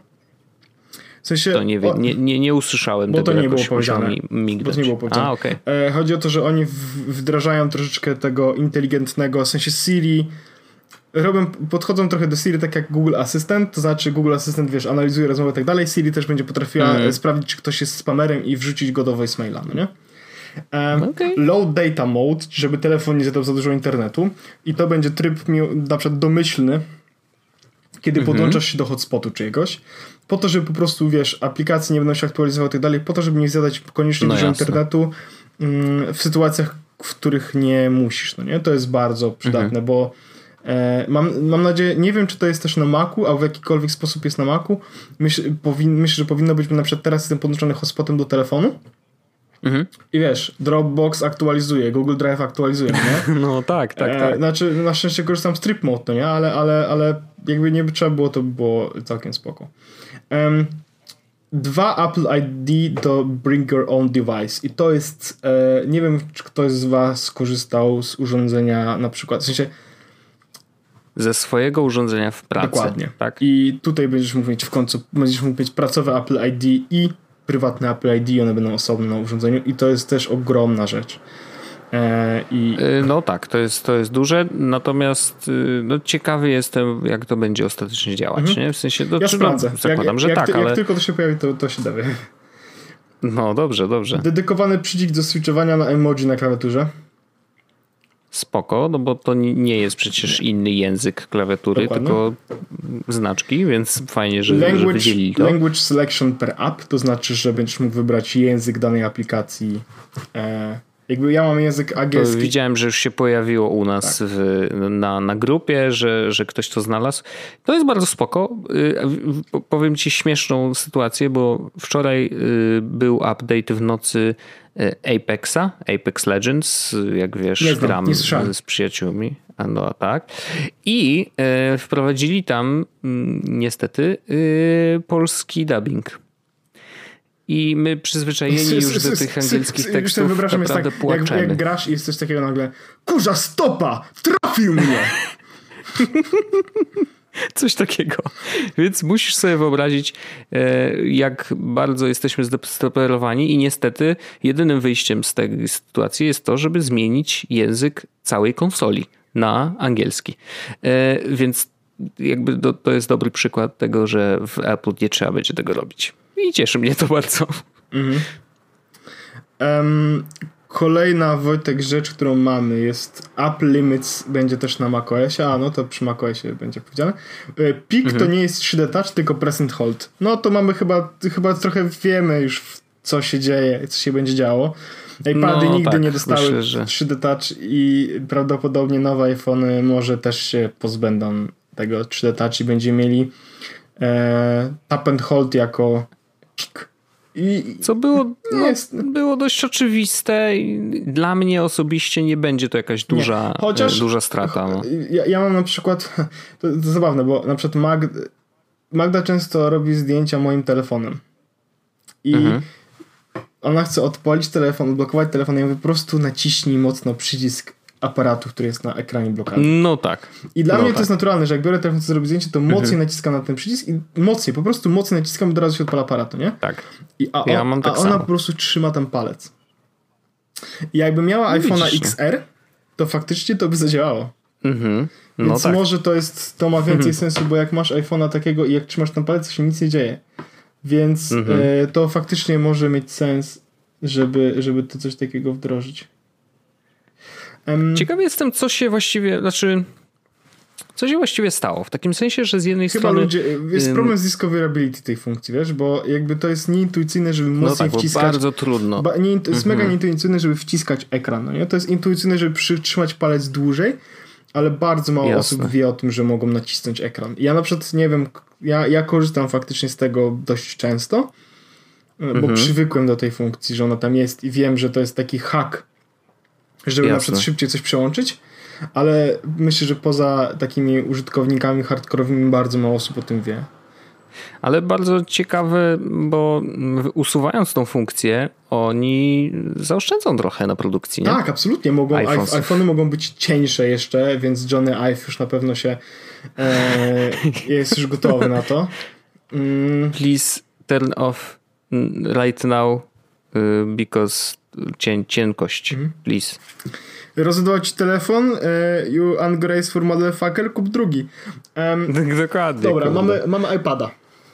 W sensie... To nie, nie, nie, nie usłyszałem bo tego. To nie było powiedziane. Bo to nie było powiedziane. A, okay. e, chodzi o to, że oni w, wdrażają troszeczkę tego inteligentnego, w sensie Siri... Robią, podchodzą trochę do Siri tak jak Google Assistant, to znaczy Google Assistant, wiesz, analizuje rozmowę i tak dalej, Siri też będzie potrafiła mm. sprawdzić, czy ktoś jest spamerem i wrzucić go do voicemaila, no nie? Um, okay. Low data mode, żeby telefon nie zjadał za dużo internetu i to będzie tryb na przykład domyślny, kiedy mm-hmm. podłączasz się do hotspotu czyjegoś, po to, żeby po prostu, wiesz, aplikacje nie będą się aktualizowały i tak dalej, po to, żeby nie zjadać koniecznie no dużo jasne. internetu um, w sytuacjach, w których nie musisz, no nie? To jest bardzo przydatne, mm-hmm. bo Mam, mam nadzieję, nie wiem, czy to jest też na Macu, a w jakikolwiek sposób jest na Macu. Myśl, powin, myślę, że powinno być, na przykład teraz jestem podłączony hotspotem do telefonu mhm. i wiesz, Dropbox aktualizuje, Google Drive aktualizuje, nie? No tak, tak, tak. E, znaczy, na szczęście korzystam z Trip Mode, no nie? Ale, ale, ale jakby nie by trzeba było, to by było całkiem spoko. Um, dwa Apple I D do Bring Your Own Device i to jest, e, nie wiem, czy ktoś z was korzystał z urządzenia na przykład, w sensie ze swojego urządzenia w pracy. Dokładnie. Tak? I tutaj będziesz mógł mieć w końcu, będziesz mógł mieć pracowe Apple I D i prywatne Apple I D, one będą osobno na urządzeniu i to jest też ogromna rzecz. E, i... No tak, to jest, to jest duże, natomiast no, ciekawy jestem, jak to będzie ostatecznie działać. Mhm. Nie? W sensie, do, ja sprawdzę. Zakładam, jak, że jak, tak, ty, ale... Jak tylko to się pojawi, to, to się dowie. No dobrze, dobrze. Dedykowany przycisk do switchowania na emoji na klawiaturze. Spoko, no bo to nie jest przecież inny język klawiatury, Dokładnie. tylko znaczki, więc fajnie, że, language, że wydzielili to. Language selection per app, to znaczy, że będziesz mógł wybrać język danej aplikacji. E, jakby ja mam język angielski. To widziałem, że już się pojawiło u nas tak. w, na, na grupie, że, że ktoś to znalazł. To jest bardzo spoko. Powiem ci śmieszną sytuację, bo wczoraj był update w nocy Apexa, Apex Legends, jak wiesz, nie znam, gram nie z, z przyjaciółmi. A no tak. I e, wprowadzili tam m, niestety e, polski dubbing. I my przyzwyczajeni już do tych angielskich tekstów naprawdę tak, płaczemy. Jak, jak grasz i jest coś takiego nagle kurza stopa! Trafił mnie! Coś takiego. Więc musisz sobie wyobrazić, jak bardzo jesteśmy zdesperowani i niestety jedynym wyjściem z tej sytuacji jest to, żeby zmienić język całej konsoli. na angielski. E, więc jakby to, to jest dobry przykład tego, że w Apple nie trzeba będzie tego robić. I cieszy mnie to bardzo. Mhm. Um, kolejna, Wojtek, rzecz, którą mamy jest App Limits, będzie też na macOSie, a no to przy macOSie będzie powiedziane. Pik mhm. to nie jest trzy D Touch, tylko Press and Hold. No to mamy chyba, chyba trochę wiemy już, co się dzieje, co się będzie działo. iPady no, nigdy tak, nie dostały myślę, że... trzy D Touch i prawdopodobnie nowe iPhony może też się pozbędą tego trzy D Touch i będziemy mieli e, Tap and Hold jako pik. I co było, no, jest, było dość oczywiste i dla mnie osobiście nie będzie to jakaś duża, Chociaż, duża strata. No. Ja, ja mam na przykład, to, to zabawne, bo na przykład Magda, Magda często robi zdjęcia moim telefonem i mhm. ona chce odpalić telefon, odblokować telefon i ja mówię, po prostu naciśnij mocno przycisk aparatu, który jest na ekranie blokady. No tak. I dla no mnie tak. to jest naturalne, że jak biorę telefon, chcę zrobić zdjęcie, to mocniej mhm. naciskam na ten przycisk i mocniej, po prostu mocniej naciskam i od razu się odpala aparatu, nie? Tak. I, a, ja mam tak a ona samo. po prostu trzyma ten palec. I jakby miała no iPhone'a X R, to faktycznie to by zadziałało. Mhm. No Więc tak. może to jest, to ma więcej mhm. sensu, bo jak masz iPhone'a takiego i jak trzymasz ten palec, to się nic nie dzieje. Więc mhm. e, to faktycznie może mieć sens, żeby, żeby to coś takiego wdrożyć. Um, Ciekawy jestem, co się właściwie, znaczy, co się właściwie stało. W takim sensie, że z jednej chyba strony... Ludzie, jest problem z discoverability tej funkcji, wiesz, bo jakby to jest nieintuicyjne, żeby mocniej no tak, wciskać... bardzo trudno. Ba, nie, to jest mhm. mega nieintuicyjne, żeby wciskać ekran, no nie? To jest intuicyjne, żeby przytrzymać palec dłużej, ale bardzo mało Jasne. osób wie o tym, że mogą nacisnąć ekran. Ja na przykład, nie wiem, ja, ja korzystam faktycznie z tego dość często, bo mhm. przywykłem do tej funkcji, że ona tam jest i wiem, że to jest taki hack, żeby Jasne. na przykład szybciej coś przełączyć, ale myślę, że poza takimi użytkownikami hardkorowymi bardzo mało osób o tym wie. Ale bardzo ciekawe, bo usuwając tą funkcję, oni zaoszczędzą trochę na produkcji, nie? Tak, absolutnie. Mogą, iPhony mogą być cieńsze jeszcze, więc Johnny Ive już na pewno się e, jest już gotowy na to. Mm. Please turn off right now because cień, cienkość. Mm. Please. Rozładować telefon, e, you ungraceful motherfucker, kup drugi. Um, Dokładnie. Dobra, mamy, mamy iPada.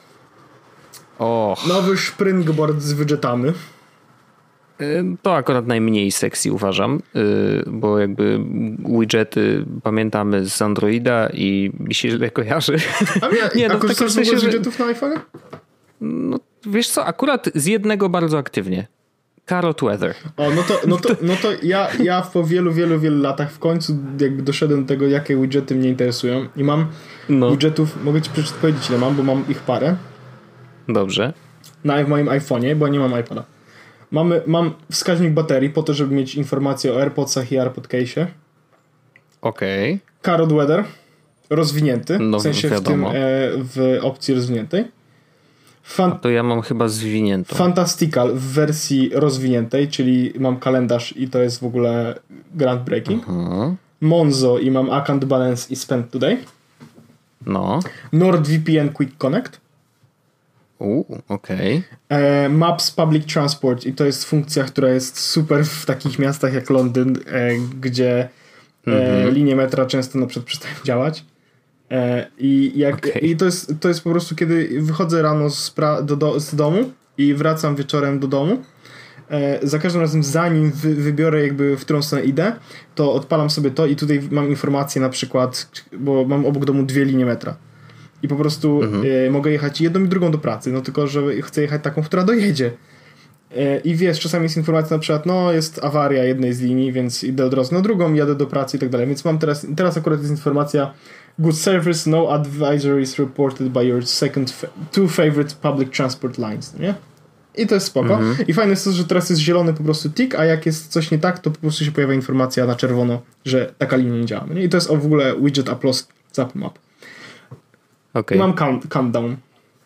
Och. Nowy springboard z widgetami. To akurat najmniej sexy uważam, bo jakby widgety pamiętamy z Androida i mi się źle kojarzy. A ja, nie, no, a korzystasz w ogóle z widgetów na iPhone? No wiesz co, akurat z jednego bardzo aktywnie. Carrot Weather. O, no to, no to, no to ja, ja po wielu, wielu, wielu latach w końcu jakby doszedłem do tego, jakie widgety mnie interesują i mam no. widgetów, mogę ci powiedzieć ile mam, bo mam ich parę. Dobrze. Na moim iPhone'ie, bo nie mam iPada. Mamy, mam wskaźnik baterii po to, żeby mieć informacje o AirPodsach i AirPod case'ie. Okej. Okay. Carrot Weather rozwinięty, no, w sensie wiadomo. w tym e, w opcji rozwiniętej. Fan- A to ja mam chyba zwiniętą. Fantastical w wersji rozwiniętej, czyli mam kalendarz i to jest w ogóle groundbreaking. Uh-huh. Monzo i mam Account Balance i Spend Today. No. NordVPN Quick Connect. Uuu, okej. Okay. E, Maps Public Transport i to jest funkcja, która jest super w takich miastach jak Londyn, e, gdzie e, mm-hmm. linie metra często na przykład przestają działać. E, i, jak, okay. I to jest, to jest po prostu, kiedy wychodzę rano z, pra- do, do, z domu i wracam wieczorem do domu, e, za każdym razem zanim wy, wybiorę jakby w którą stronę idę, to odpalam sobie to i tutaj mam informację na przykład, bo mam obok domu dwie linie metra. I po prostu mhm. y, mogę jechać jedną i drugą do pracy, no tylko, że chcę jechać taką, która dojedzie. Y, I wiesz, czasami jest informacja na przykład, no jest awaria jednej z linii, więc idę od razu na drugą, jadę do pracy i tak dalej. Więc mam teraz, teraz akurat jest informacja good service, no advisories reported by your second, fa- two favorite public transport lines, nie? I to jest spoko. Mhm. I fajne jest to, że teraz jest zielony po prostu tick, a jak jest coś nie tak, to po prostu się pojawia informacja na czerwono, że taka linia nie działa. Nie? I to jest w ogóle widget Apple z Apple Map. Okay. Mam count, countdown.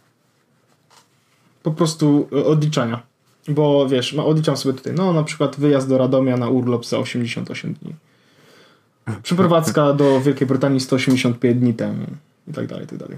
Po prostu odliczania. Bo wiesz, odliczam sobie tutaj, no na przykład wyjazd do Radomia na urlop za osiemdziesiąt osiem dni. Przeprowadzka do Wielkiej Brytanii sto osiemdziesiąt pięć dni temu. I tak dalej, i tak dalej.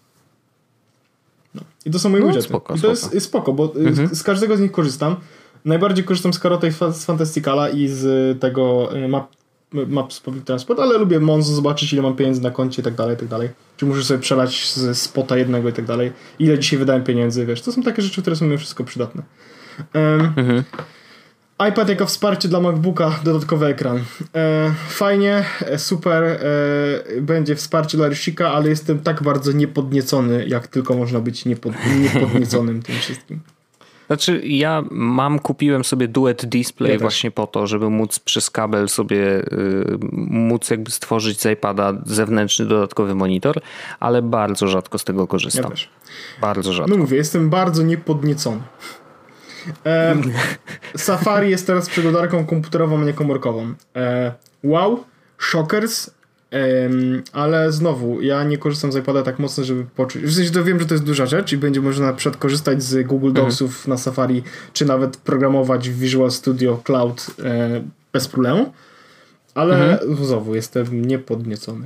No. I to są moje no, widgety. Spoko, I to spoko. jest, jest spoko, bo mhm. z, z każdego z nich korzystam. Najbardziej korzystam z Carrota i z Fantasticala i z tego map, Maps Public Transport, ale lubię Monzo zobaczyć, ile mam pieniędzy na koncie i tak dalej, i tak dalej. Czy muszę sobie przelać ze spota jednego i tak dalej. Ile dzisiaj wydałem pieniędzy, wiesz. To są takie rzeczy, które są mimo wszystko przydatne. Um, mhm. iPad jako wsparcie dla MacBooka, dodatkowy ekran. E, fajnie, super, e, będzie wsparcie dla Rysika, ale jestem tak bardzo niepodniecony, jak tylko można być niepod, niepodnieconym tym wszystkim. Znaczy ja mam, kupiłem sobie Duet Display ja właśnie po to, żeby móc przez kabel sobie y, móc jakby stworzyć z iPada zewnętrzny dodatkowy monitor, ale bardzo rzadko z tego korzystam. Ja też. Bardzo rzadko. No mówię, jestem bardzo niepodniecony. E, Safari jest teraz przeglądarką komputerową, a nie komórkową. E, wow, shockers. Um, ale znowu, ja nie korzystam z iPada tak mocno, żeby poczuć. W sensie to wiem, że to jest duża rzecz i będzie można na przykład korzystać z Google Docsów mhm. na Safari, czy nawet programować w Visual Studio Cloud e, bez problemu. Ale mhm. znowu, jestem niepodniecony.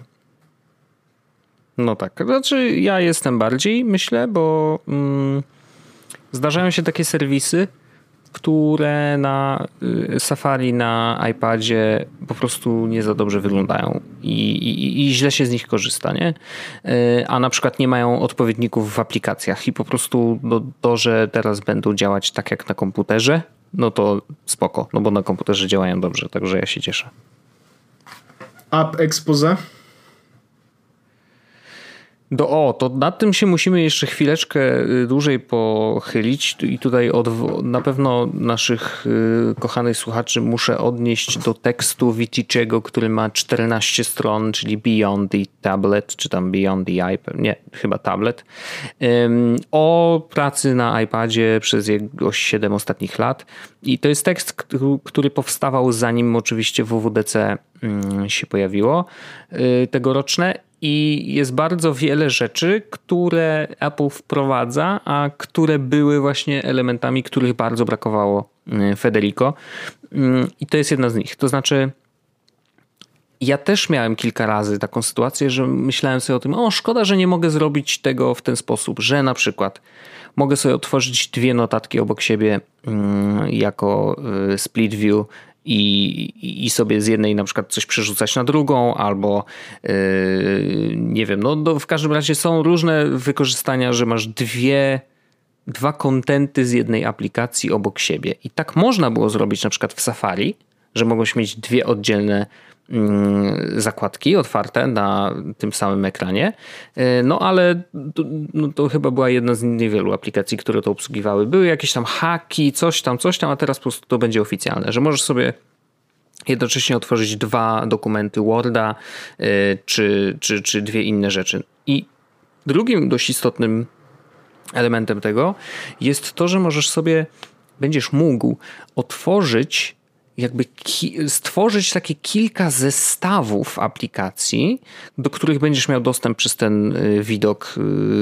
No tak, znaczy ja jestem bardziej, myślę, bo mm, zdarzają się takie serwisy, które na Safari, na iPadzie po prostu nie za dobrze wyglądają i, i, i źle się z nich korzysta, nie? A na przykład nie mają odpowiedników w aplikacjach i po prostu no, to, że teraz będą działać tak jak na komputerze, no to spoko, no bo na komputerze działają dobrze, także ja się cieszę. App Expose. Do, o, to nad tym się musimy jeszcze chwileczkę dłużej pochylić i tutaj odw- na pewno naszych y, kochanych słuchaczy muszę odnieść do tekstu Witiciego, który ma czternaście stron, czyli Beyond the Tablet, czy tam Beyond the iPad, nie, chyba Tablet, ym, o pracy na iPadzie przez jego siedem ostatnich lat i to jest tekst, który powstawał zanim oczywiście W W D C y, się pojawiło y, tegoroczne. I jest bardzo wiele rzeczy, które Apple wprowadza, a które były właśnie elementami, których bardzo brakowało Federico. I to jest jedna z nich. To znaczy, ja też miałem kilka razy taką sytuację, że myślałem sobie o tym, o szkoda, że nie mogę zrobić tego w ten sposób, że na przykład mogę sobie otworzyć dwie notatki obok siebie jako split view I, i sobie z jednej na przykład coś przerzucać na drugą albo yy, nie wiem, no, no w każdym razie są różne wykorzystania, że masz dwie dwa kontenty z jednej aplikacji obok siebie i tak można było zrobić na przykład w Safari, że mogłeś mieć dwie oddzielne zakładki otwarte na tym samym ekranie, no ale to, no to chyba była jedna z niewielu aplikacji, które to obsługiwały. Były jakieś tam haki, coś tam, coś tam, a teraz po prostu to będzie oficjalne, że możesz sobie jednocześnie otworzyć dwa dokumenty Worda czy, czy, czy dwie inne rzeczy. I drugim dość istotnym elementem tego jest to, że możesz sobie, będziesz mógł otworzyć jakby ki- stworzyć takie kilka zestawów aplikacji, do których będziesz miał dostęp przez ten y, widok,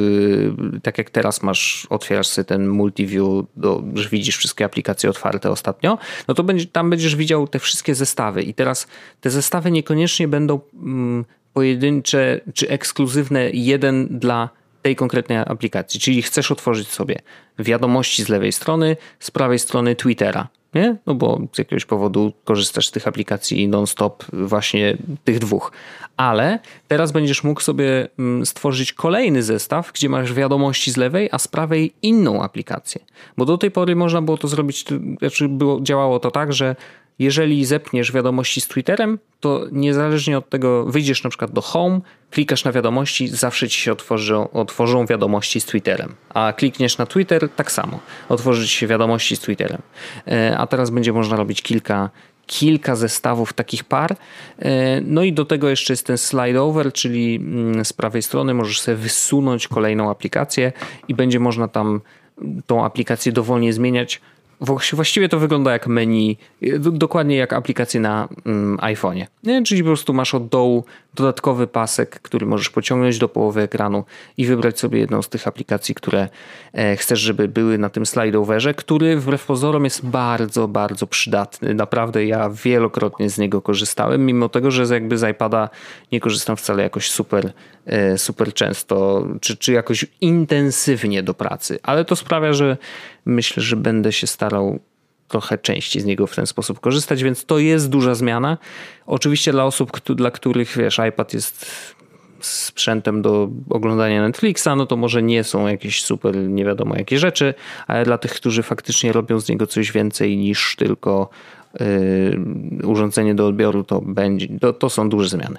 y, tak jak teraz masz, otwierasz sobie ten multiview, do, że widzisz wszystkie aplikacje otwarte ostatnio, no to będzie, tam będziesz widział te wszystkie zestawy i teraz te zestawy niekoniecznie będą mm, pojedyncze czy ekskluzywne jeden dla tej konkretnej aplikacji, czyli chcesz otworzyć sobie wiadomości z lewej strony, z prawej strony Twittera, nie? No bo z jakiegoś powodu korzystasz z tych aplikacji non-stop właśnie tych dwóch. Ale teraz będziesz mógł sobie stworzyć kolejny zestaw, gdzie masz wiadomości z lewej, a z prawej inną aplikację. Bo do tej pory można było to zrobić, znaczy było, działało to tak, że jeżeli zepniesz wiadomości z Twitterem, to niezależnie od tego wyjdziesz na przykład do Home, klikasz na wiadomości, zawsze ci się otworzą, otworzą wiadomości z Twitterem. A klikniesz na Twitter, tak samo. Otworzy ci się wiadomości z Twitterem. A teraz będzie można robić kilka, kilka zestawów takich par. No i do tego jeszcze jest ten slide over, czyli z prawej strony możesz sobie wysunąć kolejną aplikację i będzie można tam tą aplikację dowolnie zmieniać. Właściwie to wygląda jak menu, dokładnie jak aplikacje na mm, iPhone'ie. Nie? Czyli po prostu masz od dołu dodatkowy pasek, który możesz pociągnąć do połowy ekranu i wybrać sobie jedną z tych aplikacji, które e, chcesz, żeby były na tym slide-overze, który wbrew pozorom jest bardzo, bardzo przydatny. Naprawdę ja wielokrotnie z niego korzystałem, mimo tego, że jakby z iPada nie korzystam wcale jakoś super, e, super często, czy, czy jakoś intensywnie do pracy. Ale to sprawia, że myślę, że będę się starał trochę częściej z niego w ten sposób korzystać, więc to jest duża zmiana. Oczywiście dla osób, dla których wiesz, iPad jest sprzętem do oglądania Netflixa, no to może nie są jakieś super nie wiadomo jakie rzeczy, ale dla tych, którzy faktycznie robią z niego coś więcej niż tylko yy, urządzenie do odbioru, to będzie, to, to są duże zmiany.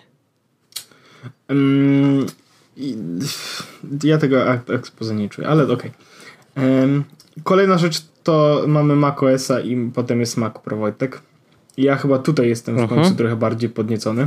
Um, ja tego ekspozy nie czuję, ale okej. Okay. Um, kolejna rzecz to mamy macOSa i potem jest Mac Pro, Wojtek. I ja chyba tutaj jestem w końcu uh-huh. trochę bardziej podniecony.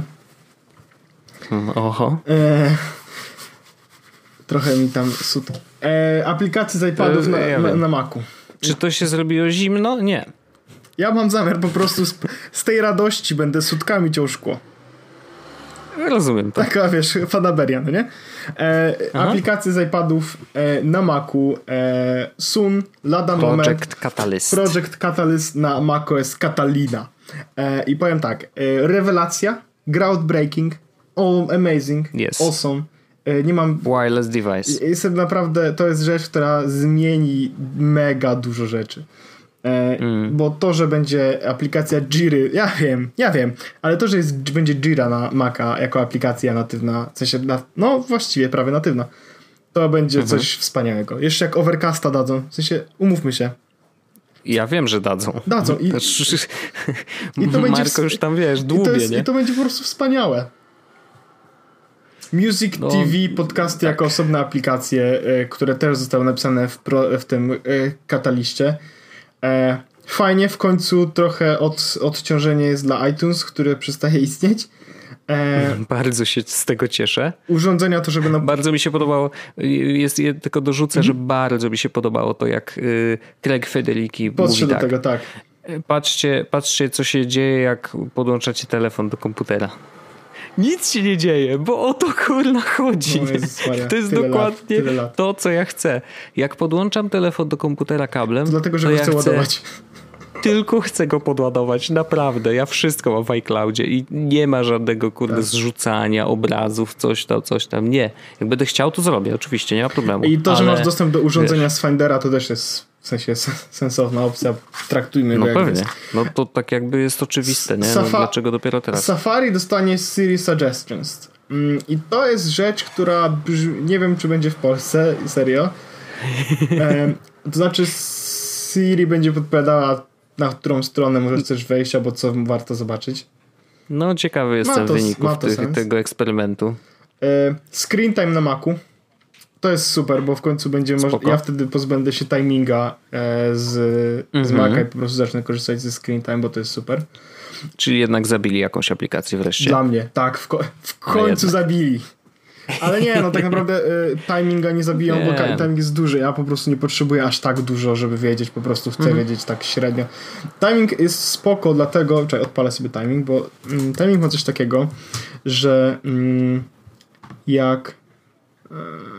Oho. E, trochę mi tam sut. E, aplikacje z iPadów na, ja na, na Macu. Czy to się zrobiło zimno? Nie. Ja mam zamiar po prostu z, z tej radości będę sutkami ciął szkło. Rozumiem to. Taka wiesz, fanaberia, no nie? E, aplikacje z iPadów e, na Macu e, Sun, lada Project moment. Project Catalyst. Project Catalyst na macOS Catalina. E, I powiem tak, e, rewelacja, groundbreaking, oh, amazing, yes. awesome. E, nie mam... Wireless device. Jestem naprawdę, to jest rzecz, która zmieni mega dużo rzeczy. E, mm. Bo to, że będzie aplikacja Jiry, ja wiem, ja wiem, ale to, że jest, będzie Jira na Maca jako aplikacja natywna, w sensie, na, no właściwie prawie natywna, to będzie mm-hmm. coś wspaniałego. Jeszcze jak Overcasta dadzą, w sensie, umówmy się. Ja wiem, że dadzą. Dadzą. I, i to będzie Marko już tam wiesz, dłubie, i to jest, nie? I to będzie po prostu wspaniałe. Music no, T V, podcasty tak. jako osobne aplikacje, y, które też zostały napisane w, pro, w tym y, kataliście. E, fajnie, w końcu trochę od, odciążenie jest dla iTunes, które przestaje istnieć. E, bardzo się z tego cieszę. Urządzenia to, żeby... Na... Bardzo mi się podobało, jest, ja tylko dorzucę, mhm. że bardzo mi się podobało to, jak y, Craig Federighi Podszedł mówi do tego, tak. Patrzcie, patrzcie, co się dzieje, jak podłączacie telefon do komputera. Nic się nie dzieje, bo o to kurna chodzi. No Jezus Maria, to jest dokładnie lat, to, co ja chcę. Jak podłączam telefon do komputera kablem, to dlatego, że to go ja chcę ładować. Tylko chcę go podładować, naprawdę. Ja wszystko mam w iCloudzie i nie ma żadnego kurde tak. zrzucania obrazów, coś tam, coś tam. Nie. Jak będę chciał, to zrobię, oczywiście, nie ma problemu. I to, ale, że masz dostęp do urządzenia wiesz, z Findera, to też jest w sensie sensowna opcja. Traktujmy no go jak pewnie. jest. No to tak jakby jest oczywiste, nie? Safa- no, dlaczego dopiero teraz? Safari dostanie Siri Suggestions. Mm, I to jest rzecz, która brzmi, nie wiem, czy będzie w Polsce, serio. e, to znaczy Siri będzie podpowiadała, na którą stronę możesz chcesz wejść, albo co warto zobaczyć. No ciekawy jestem wyników tych, tego eksperymentu. E, screen time na Macu. To jest super, bo w końcu będzie moż- ja wtedy pozbędę się timinga e, z, mm-hmm. z Maca i po prostu zacznę korzystać ze screen time, bo to jest super. Czyli jednak zabili jakąś aplikację wreszcie. Dla mnie, tak. W, ko- w końcu zabili. Ale nie, no tak naprawdę y, timinga nie zabiją, nie. bo ka- timing jest duży. Ja po prostu nie potrzebuję aż tak dużo, żeby wiedzieć. Po prostu chcę mm. wiedzieć tak średnio. Timing jest spoko, dlatego... Czekaj, odpalę sobie timing, bo mm, timing ma coś takiego, że mm, jak... Yy,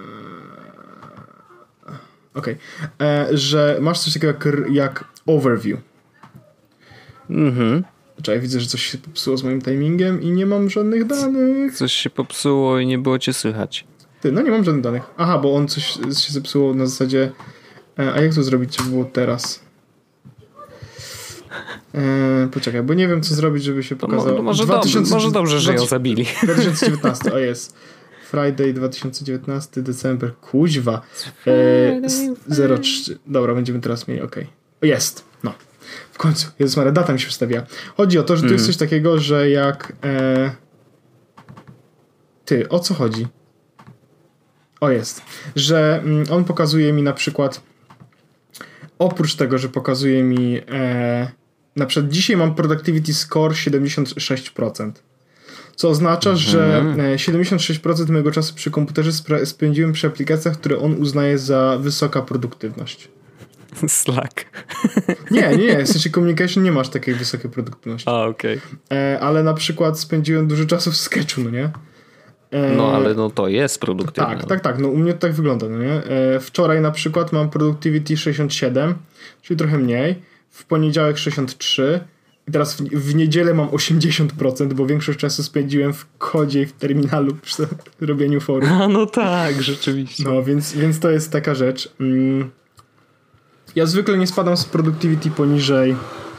Okej. Okay, e, że masz coś takiego jak, jak overview. Mhm. Czekaj, widzę, że coś się popsuło z moim timingiem i nie mam żadnych danych. Coś się popsuło i nie było cię słychać. Ty, no nie mam żadnych danych. Aha, bo on coś się zepsuło na zasadzie... A jak to zrobić, żeby było teraz? Eee, poczekaj, bo nie wiem, co zrobić, żeby się pokazało. To, to może, dwa tysiące... dobrze, może dobrze, że ją zabili. dwa tysiące dziewiętnasty, o jest. Friday dwa tysiące dziewiętnasty, December, kuźwa. Eee, zero trzy. Dobra, będziemy teraz mieli, okej. Okay. Jest, no. W końcu, Jezus Maria, data mi się wstawia. Chodzi o to, że tu mm. jest coś takiego, że jak... E... Ty, o co chodzi? O, jest. Że mm, on pokazuje mi na przykład... Oprócz tego, że pokazuje mi... E... Na przykład dzisiaj mam productivity score siedemdziesiąt sześć procent. Co oznacza, mm. że siedemdziesiąt sześć procent mojego czasu przy komputerze spra- spędziłem przy aplikacjach, które on uznaje za wysoka produktywność. Slack. Nie, nie, nie. W sensie communication nie masz takiej wysokiej produktywności. A, okej. Okay. Ale na przykład spędziłem dużo czasu w Sketchu, no nie? E, no, ale no to jest produktywne. Tak, tak, tak. No u mnie to tak wygląda, no nie? E, wczoraj na przykład mam productivity sześćdziesiąt siedem, czyli trochę mniej. W poniedziałek sześćdziesiąt trzy. I teraz w, w niedzielę mam osiemdziesiąt procent, bo większość czasu spędziłem w kodzie i w terminalu przy robieniu forum. A no tak, rzeczywiście. No, więc, więc to jest taka rzecz. Mm. Ja zwykle nie spadam z productivity poniżej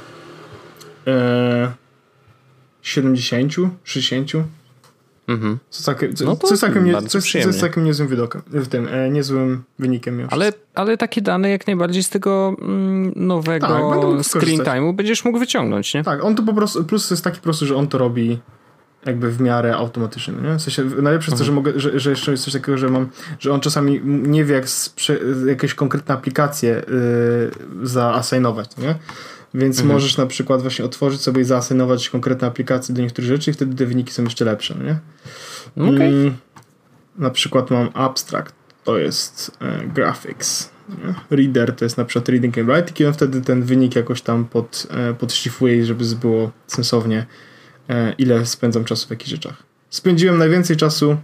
e, siedemdziesiąt, sześćdziesiąt. Mhm. Co, całkiem, co, no to co, całkiem nie, co, co jest całkiem niezłym widokiem, w tym, e, niezłym wynikiem. Już. Ale, ale takie dane jak najbardziej z tego mm, nowego tak, screen time'u będziesz mógł wyciągnąć, nie? Tak, on to po prostu, plus jest taki prosty, że on to robi jakby w miarę automatycznie, nie? W sensie, najlepsze jest to, że mogę, że, że jeszcze jest coś takiego, że mam, że on czasami nie wie jak sprze- jakieś konkretne aplikacje yy, zaassignować, nie? Więc mhm. możesz na przykład właśnie otworzyć sobie i zaasygnować konkretne aplikacje do niektórych rzeczy i wtedy te wyniki są jeszcze lepsze, nie? Okay. Mm, na przykład mam Abstract, to jest e, Graphics. Nie? Reader to jest na przykład Reading and Writing i on wtedy ten wynik jakoś tam pod, e, podszlifuje, żeby było sensownie e, ile spędzam czasu w jakichś rzeczach. Spędziłem najwięcej czasu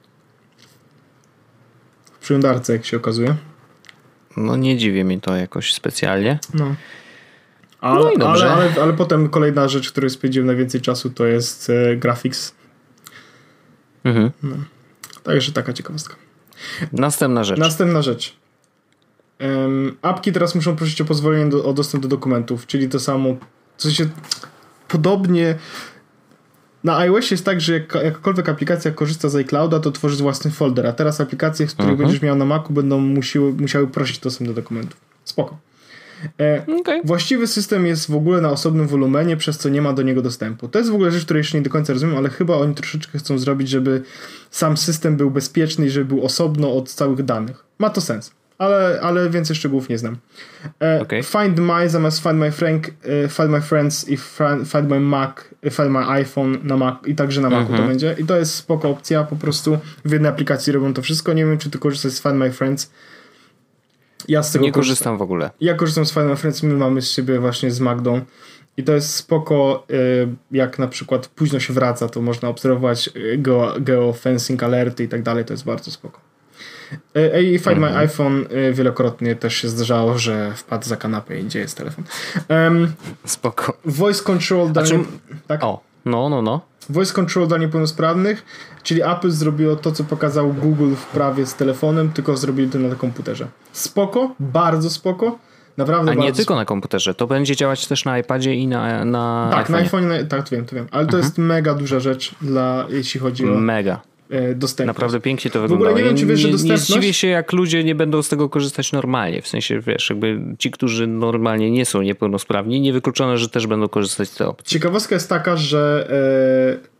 w przeglądarce, jak się okazuje. No nie dziwi mnie to jakoś specjalnie. No. Ale, no i dobrze. Ale, ale, ale potem kolejna rzecz, w której spędziłem najwięcej czasu, to jest e, Graphics. Mhm. No. Także taka ciekawostka. Następna rzecz. Następna rzecz. Um, apki teraz muszą prosić o pozwolenie do, o dostęp do dokumentów, czyli to samo, w sensie podobnie na iOSie jest tak, że jak, jakakolwiek aplikacja korzysta z iClouda, to tworzy własny folder, a teraz aplikacje, z których uh-huh. będziesz miał na Macu, będą musiły, musiały prosić dostęp do dokumentów. Spoko. E, okay. Właściwy system jest w ogóle na osobnym wolumenie, przez co nie ma do niego dostępu. To jest w ogóle rzecz, której jeszcze nie do końca rozumiem, ale chyba oni troszeczkę chcą zrobić, żeby sam system był bezpieczny i żeby był osobno od całych danych. Ma to sens, ale, ale więcej szczegółów nie znam. E, okay. Find My zamiast Find My Friend, e, Find My Friends i Find, find My Mac, Find My iPhone na Mac i także na Macu mhm. to będzie. I to jest spoko opcja, po prostu w jednej aplikacji robią to wszystko. Nie wiem, czy ty korzystasz z Find My Friends. Ja z tego nie korzystam, korzystam w ogóle. Ja korzystam z Find My Friends, my mamy z siebie właśnie z Magdą i to jest spoko, jak na przykład późno się wraca, to można obserwować geo, geofencing, alerty i tak dalej, to jest bardzo spoko. I Find My mhm. iPhone wielokrotnie też się zdarzało, że wpadł za kanapę i gdzie jest telefon. Um, spoko. Voice control dla czym... nie... tak? O, no, no, no. Voice control dla niepełnosprawnych, czyli Apple zrobiło to, co pokazał Google w prawie z telefonem, tylko zrobili to na komputerze. Spoko, bardzo spoko. Naprawdę A bardzo nie tylko spoko. Na komputerze, to będzie działać też na iPadzie i na na Tak, iPhone'ie. na iPhone'ie, tak, to wiem, to wiem. Ale to mhm. jest mega duża rzecz, dla, jeśli chodzi o mega. E, dostępność. Naprawdę pięknie to wygląda. W ogóle nie wiem, czy wiesz, że dostępność... Nie zdziwię się, jak ludzie nie będą z tego korzystać normalnie. W sensie, wiesz, jakby ci, którzy normalnie nie są niepełnosprawni, niewykluczone, że też będą korzystać z tej opcji. Ciekawostka jest taka, że e,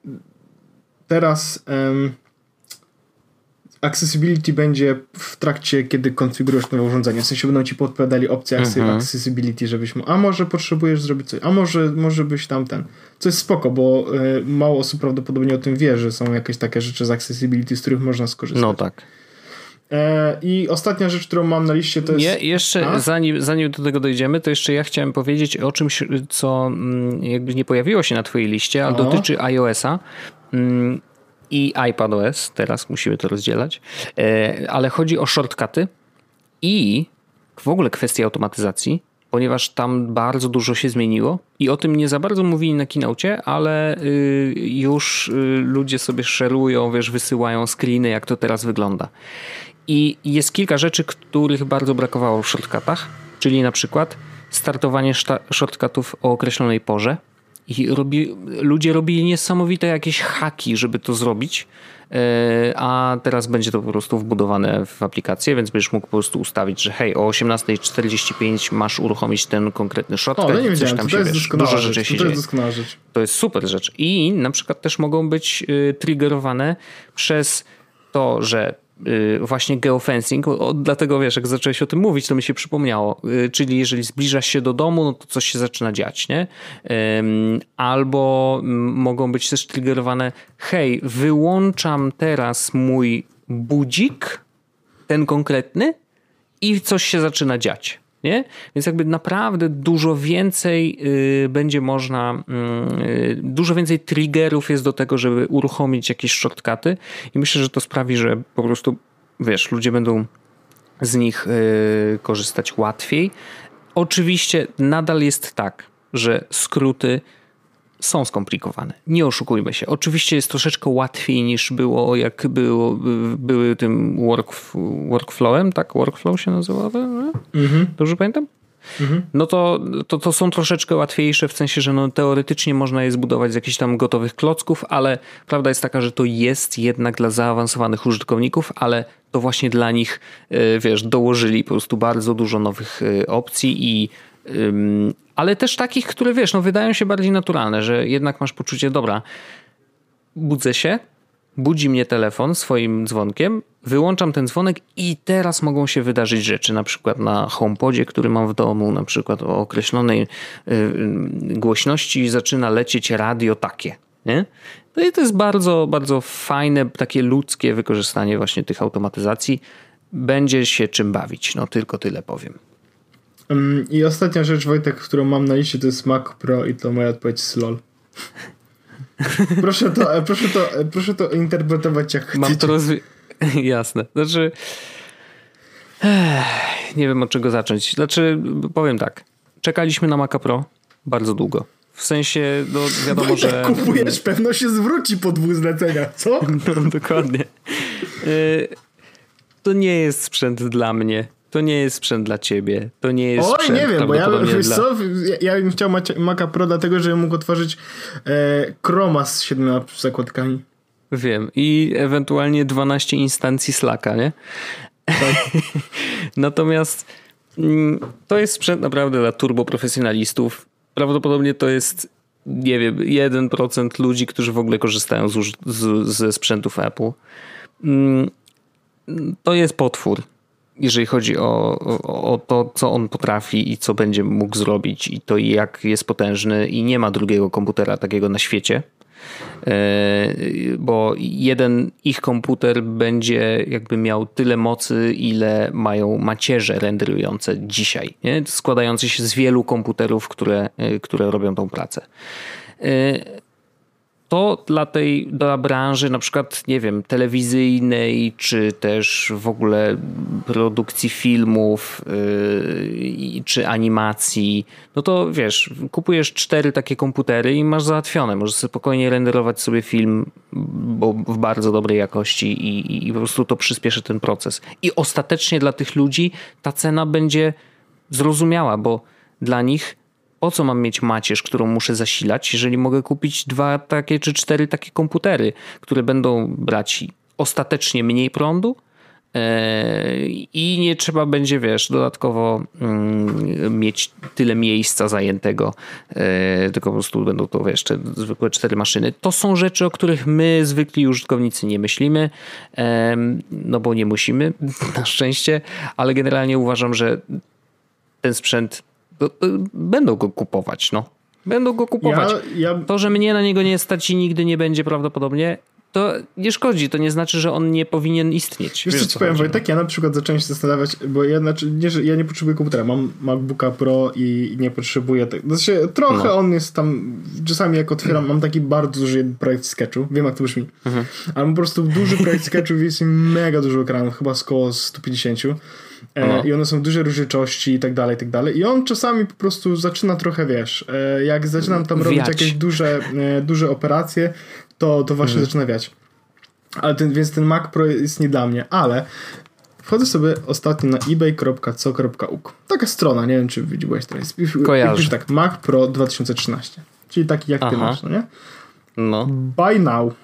teraz um, accessibility będzie w trakcie, kiedy konfigurujesz nowe urządzenie. W sensie będą ci podpowiadali opcje mhm. accessibility, żebyś mu, a może potrzebujesz zrobić coś, a może, może byś tamten. Co jest spoko, bo y, mało osób prawdopodobnie o tym wie, że są jakieś takie rzeczy z accessibility, z których można skorzystać. No tak. E, I ostatnia rzecz, którą mam na liście, to jest... Nie, jeszcze zanim, zanim do tego dojdziemy, to jeszcze ja chciałem powiedzieć o czymś, co jakby nie pojawiło się na twojej liście, a o. dotyczy iOS-a. I iPadOS, teraz musimy to rozdzielać, ale chodzi o shortcuty i w ogóle kwestie automatyzacji, ponieważ tam bardzo dużo się zmieniło i o tym nie za bardzo mówili na keynocie, ale już ludzie sobie szerują, wiesz, wysyłają screeny, jak to teraz wygląda. I jest kilka rzeczy, których bardzo brakowało w shortcutach, czyli na przykład startowanie shortcutów o określonej porze. I robi, ludzie robili niesamowite jakieś haki, żeby to zrobić, a teraz będzie to po prostu wbudowane w aplikację, więc będziesz mógł po prostu ustawić, że hej, o osiemnasta czterdzieści pięć masz uruchomić ten konkretny shortcut. O, no nie coś tam to się, to jest wiesz, dużo rzeczy rzecz, się to dzieje. jest doskonała rzecz. To jest super rzecz. I na przykład też mogą być y, triggerowane przez to, że właśnie geofencing, dlatego wiesz, jak zacząłeś o tym mówić, to mi się przypomniało, czyli jeżeli zbliżasz się do domu, no to coś się zaczyna dziać, nie? Albo mogą być też triggerowane, hej, wyłączam teraz mój budzik, ten konkretny i coś się zaczyna dziać, nie? Więc jakby naprawdę dużo więcej y, będzie można, y, dużo więcej triggerów jest do tego, żeby uruchomić jakieś shortcuty i myślę, że to sprawi, że po prostu, wiesz, ludzie będą z nich y, korzystać łatwiej. Oczywiście nadal jest tak, że skróty są skomplikowane. Nie oszukujmy się. Oczywiście jest troszeczkę łatwiej niż było, jak było, były tym work, workflowem, tak? Workflow się nazywa? Mhm. Dobrze pamiętam? Mhm. No to, to, to są troszeczkę łatwiejsze w sensie, że no teoretycznie można je zbudować z jakichś tam gotowych klocków, ale prawda jest taka, że to jest jednak dla zaawansowanych użytkowników, ale to właśnie dla nich, wiesz, dołożyli po prostu bardzo dużo nowych opcji i um, ale też takich, które wiesz, no wydają się bardziej naturalne, że jednak masz poczucie, dobra, budzę się, budzi mnie telefon swoim dzwonkiem, wyłączam ten dzwonek i teraz mogą się wydarzyć rzeczy, na przykład na HomePodzie, który mam w domu, na przykład o określonej y, głośności zaczyna lecieć radio takie, nie? No i to jest bardzo, bardzo fajne, takie ludzkie wykorzystanie właśnie tych automatyzacji. Będzie się czym bawić, no tylko tyle powiem. I ostatnia rzecz, Wojtek, którą mam na liście, to jest Mac Pro i to moja odpowiedź jest LOL. Proszę to, proszę to, proszę to interpretować jak Mam chcecie. to rozwi- Jasne. Znaczy ech, nie wiem od czego zacząć. Znaczy powiem tak. Czekaliśmy na Maca Pro bardzo długo. W sensie, no wiadomo, Wojtek, że... kupujesz, pewno się zwróci po dwóch zleceniach, co? No dokładnie. Y- to nie jest sprzęt dla mnie. To nie jest sprzęt dla ciebie. To nie jest Oj, sprzęt nie wiem, bo ja, wiesz dla... co, ja, ja bym chciał Maca Pro dlatego, żebym mógł otworzyć e, Chroma z siedmioma zakładkami. Wiem. I ewentualnie dwanaście instancji Slacka, nie? Tak. Natomiast mm, to jest sprzęt naprawdę dla turboprofesjonalistów. Prawdopodobnie to jest, nie wiem, jeden procent ludzi, którzy w ogóle korzystają z, z, ze sprzętów Apple. Mm, to jest potwór, jeżeli chodzi o, o, o to, co on potrafi i co będzie mógł zrobić i to jak jest potężny i nie ma drugiego komputera takiego na świecie, bo jeden ich komputer będzie jakby miał tyle mocy, ile mają macierze renderujące dzisiaj, nie? Składające się z wielu komputerów, które, które robią tą pracę. To dla tej dla branży na przykład, nie wiem, telewizyjnej, czy też w ogóle produkcji filmów, yy, czy animacji, no to wiesz, kupujesz cztery takie komputery i masz załatwione. Możesz sobie spokojnie renderować sobie film bo w bardzo dobrej jakości i, i po prostu to przyspieszy ten proces. I ostatecznie dla tych ludzi ta cena będzie zrozumiała, bo dla nich po co mam mieć macierz, którą muszę zasilać, jeżeli mogę kupić dwa takie czy cztery takie komputery, które będą brać ostatecznie mniej prądu yy, i nie trzeba będzie, wiesz, dodatkowo yy, mieć tyle miejsca zajętego, yy, tylko po prostu będą to, wiesz, te zwykłe cztery maszyny. To są rzeczy, o których my, zwykli użytkownicy, nie myślimy, yy, no bo nie musimy, na szczęście, ale generalnie uważam, że ten sprzęt To, to będą go kupować, no. Będą go kupować. Ja, ja... To, że mnie na niego nie stać i nigdy nie będzie prawdopodobnie, to nie szkodzi. To nie znaczy, że on nie powinien istnieć. Wiesz, Wiesz co ci powiem, Wojtek? Ja na przykład zacząłem się zastanawiać, bo ja, znaczy, nie, że ja nie potrzebuję komputera. Mam MacBooka Pro i nie potrzebuję tego. Znaczy, trochę no. on jest tam, czasami jak otwieram, mam taki bardzo duży projekt Sketchu. Wiem, jak to brzmi. Mhm. Ale mam po prostu duży projekt Sketchu, jest mega dużo ekranów, chyba około sto pięćdziesiąt. No. I one są duże rozdzielczości i tak dalej, i tak dalej. I on czasami po prostu zaczyna trochę, wiesz, jak zaczynam tam wiać. robić jakieś duże, duże operacje, to, to właśnie hmm. zaczyna wiać. Ale ten, więc ten Mac Pro jest nie dla mnie, ale wchodzę sobie ostatnio na ebay kropka co kropka u k. Taka strona, nie wiem, czy widziałeś to jest. Kojarzę. Tak, Mac Pro dwa tysiące trzynaście. Czyli taki jak Aha. ty masz, no nie? No. Buy now.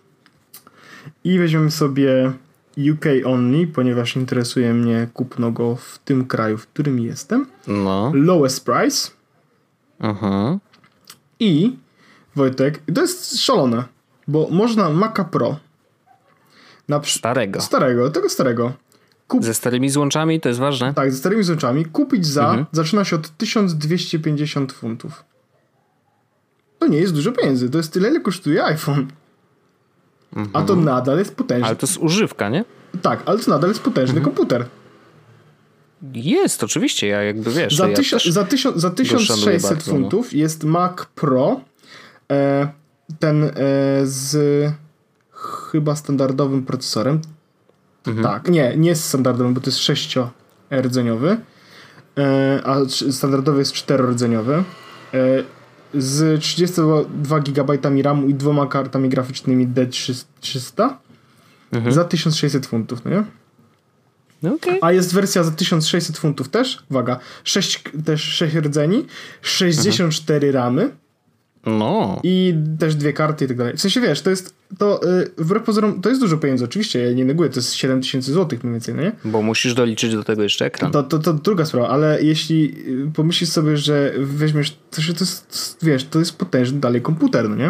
I weźmiemy sobie U K only, ponieważ interesuje mnie kupno go w tym kraju, w którym jestem. No. Lowest price. Aha. I Wojtek, to jest szalone, bo można Maca Pro na przy... starego. Starego, tego starego. Kup... Ze starymi złączami, to jest ważne. Tak, ze starymi złączami. Kupić za, mhm. zaczyna się od tysiąc dwieście pięćdziesiąt funtów. To nie jest dużo pieniędzy, to jest tyle, ile kosztuje iPhone. Mhm. A to nadal jest potężny. Ale to jest używka, nie? Tak, ale to nadal jest potężny mhm. komputer. Jest, oczywiście, ja jakby wiesz. Za, ja tysiąc, za, tysiąc, za tysiąc sześćset bardzo, funtów no. jest Mac Pro, e, ten e, z chyba standardowym procesorem. Mhm. Tak, nie, nie jest standardowym, bo to jest sześciordzeniowy, e, a standardowy jest czterorodzeniowy. E, z trzydziestoma dwoma gigabajtami ramu i dwoma kartami graficznymi D trzysta mhm. za tysiąc sześćset funtów, no nie? Okay. A jest wersja za tysiąc sześćset funtów też, uwaga, sześć, też sześć rdzeni, sześćdziesiąt cztery mhm. ramy no. i też dwie karty i tak dalej. W sensie wiesz, to jest to yy, wbrew pozorom, to jest dużo pieniędzy, oczywiście, ja nie neguję, to jest siedem tysięcy złotych mniej więcej, no nie? Bo musisz doliczyć do tego jeszcze ekran. To, to, to druga sprawa, ale jeśli pomyślisz sobie, że weźmiesz, to, że to jest, wiesz, to jest potężny dalej komputer, no nie?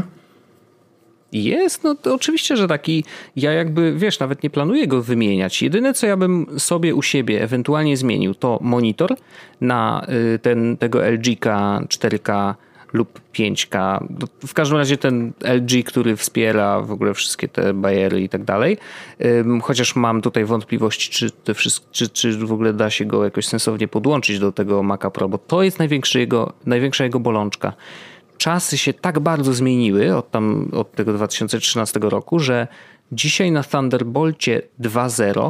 Jest, no to oczywiście, że taki, ja jakby, wiesz, nawet nie planuję go wymieniać. Jedyne, co ja bym sobie u siebie ewentualnie zmienił, to monitor na ten, tego L G K cztery K lub pięć K. W każdym razie ten L G, który wspiera w ogóle wszystkie te bariery i tak dalej. Chociaż mam tutaj wątpliwości, czy, te wszystko, czy, czy w ogóle da się go jakoś sensownie podłączyć do tego Maca Pro, bo to jest największy jego, największa jego bolączka. Czasy się tak bardzo zmieniły od, tam, od tego dwa tysiące trzynastego roku, że dzisiaj na Thunderbolcie dwa zero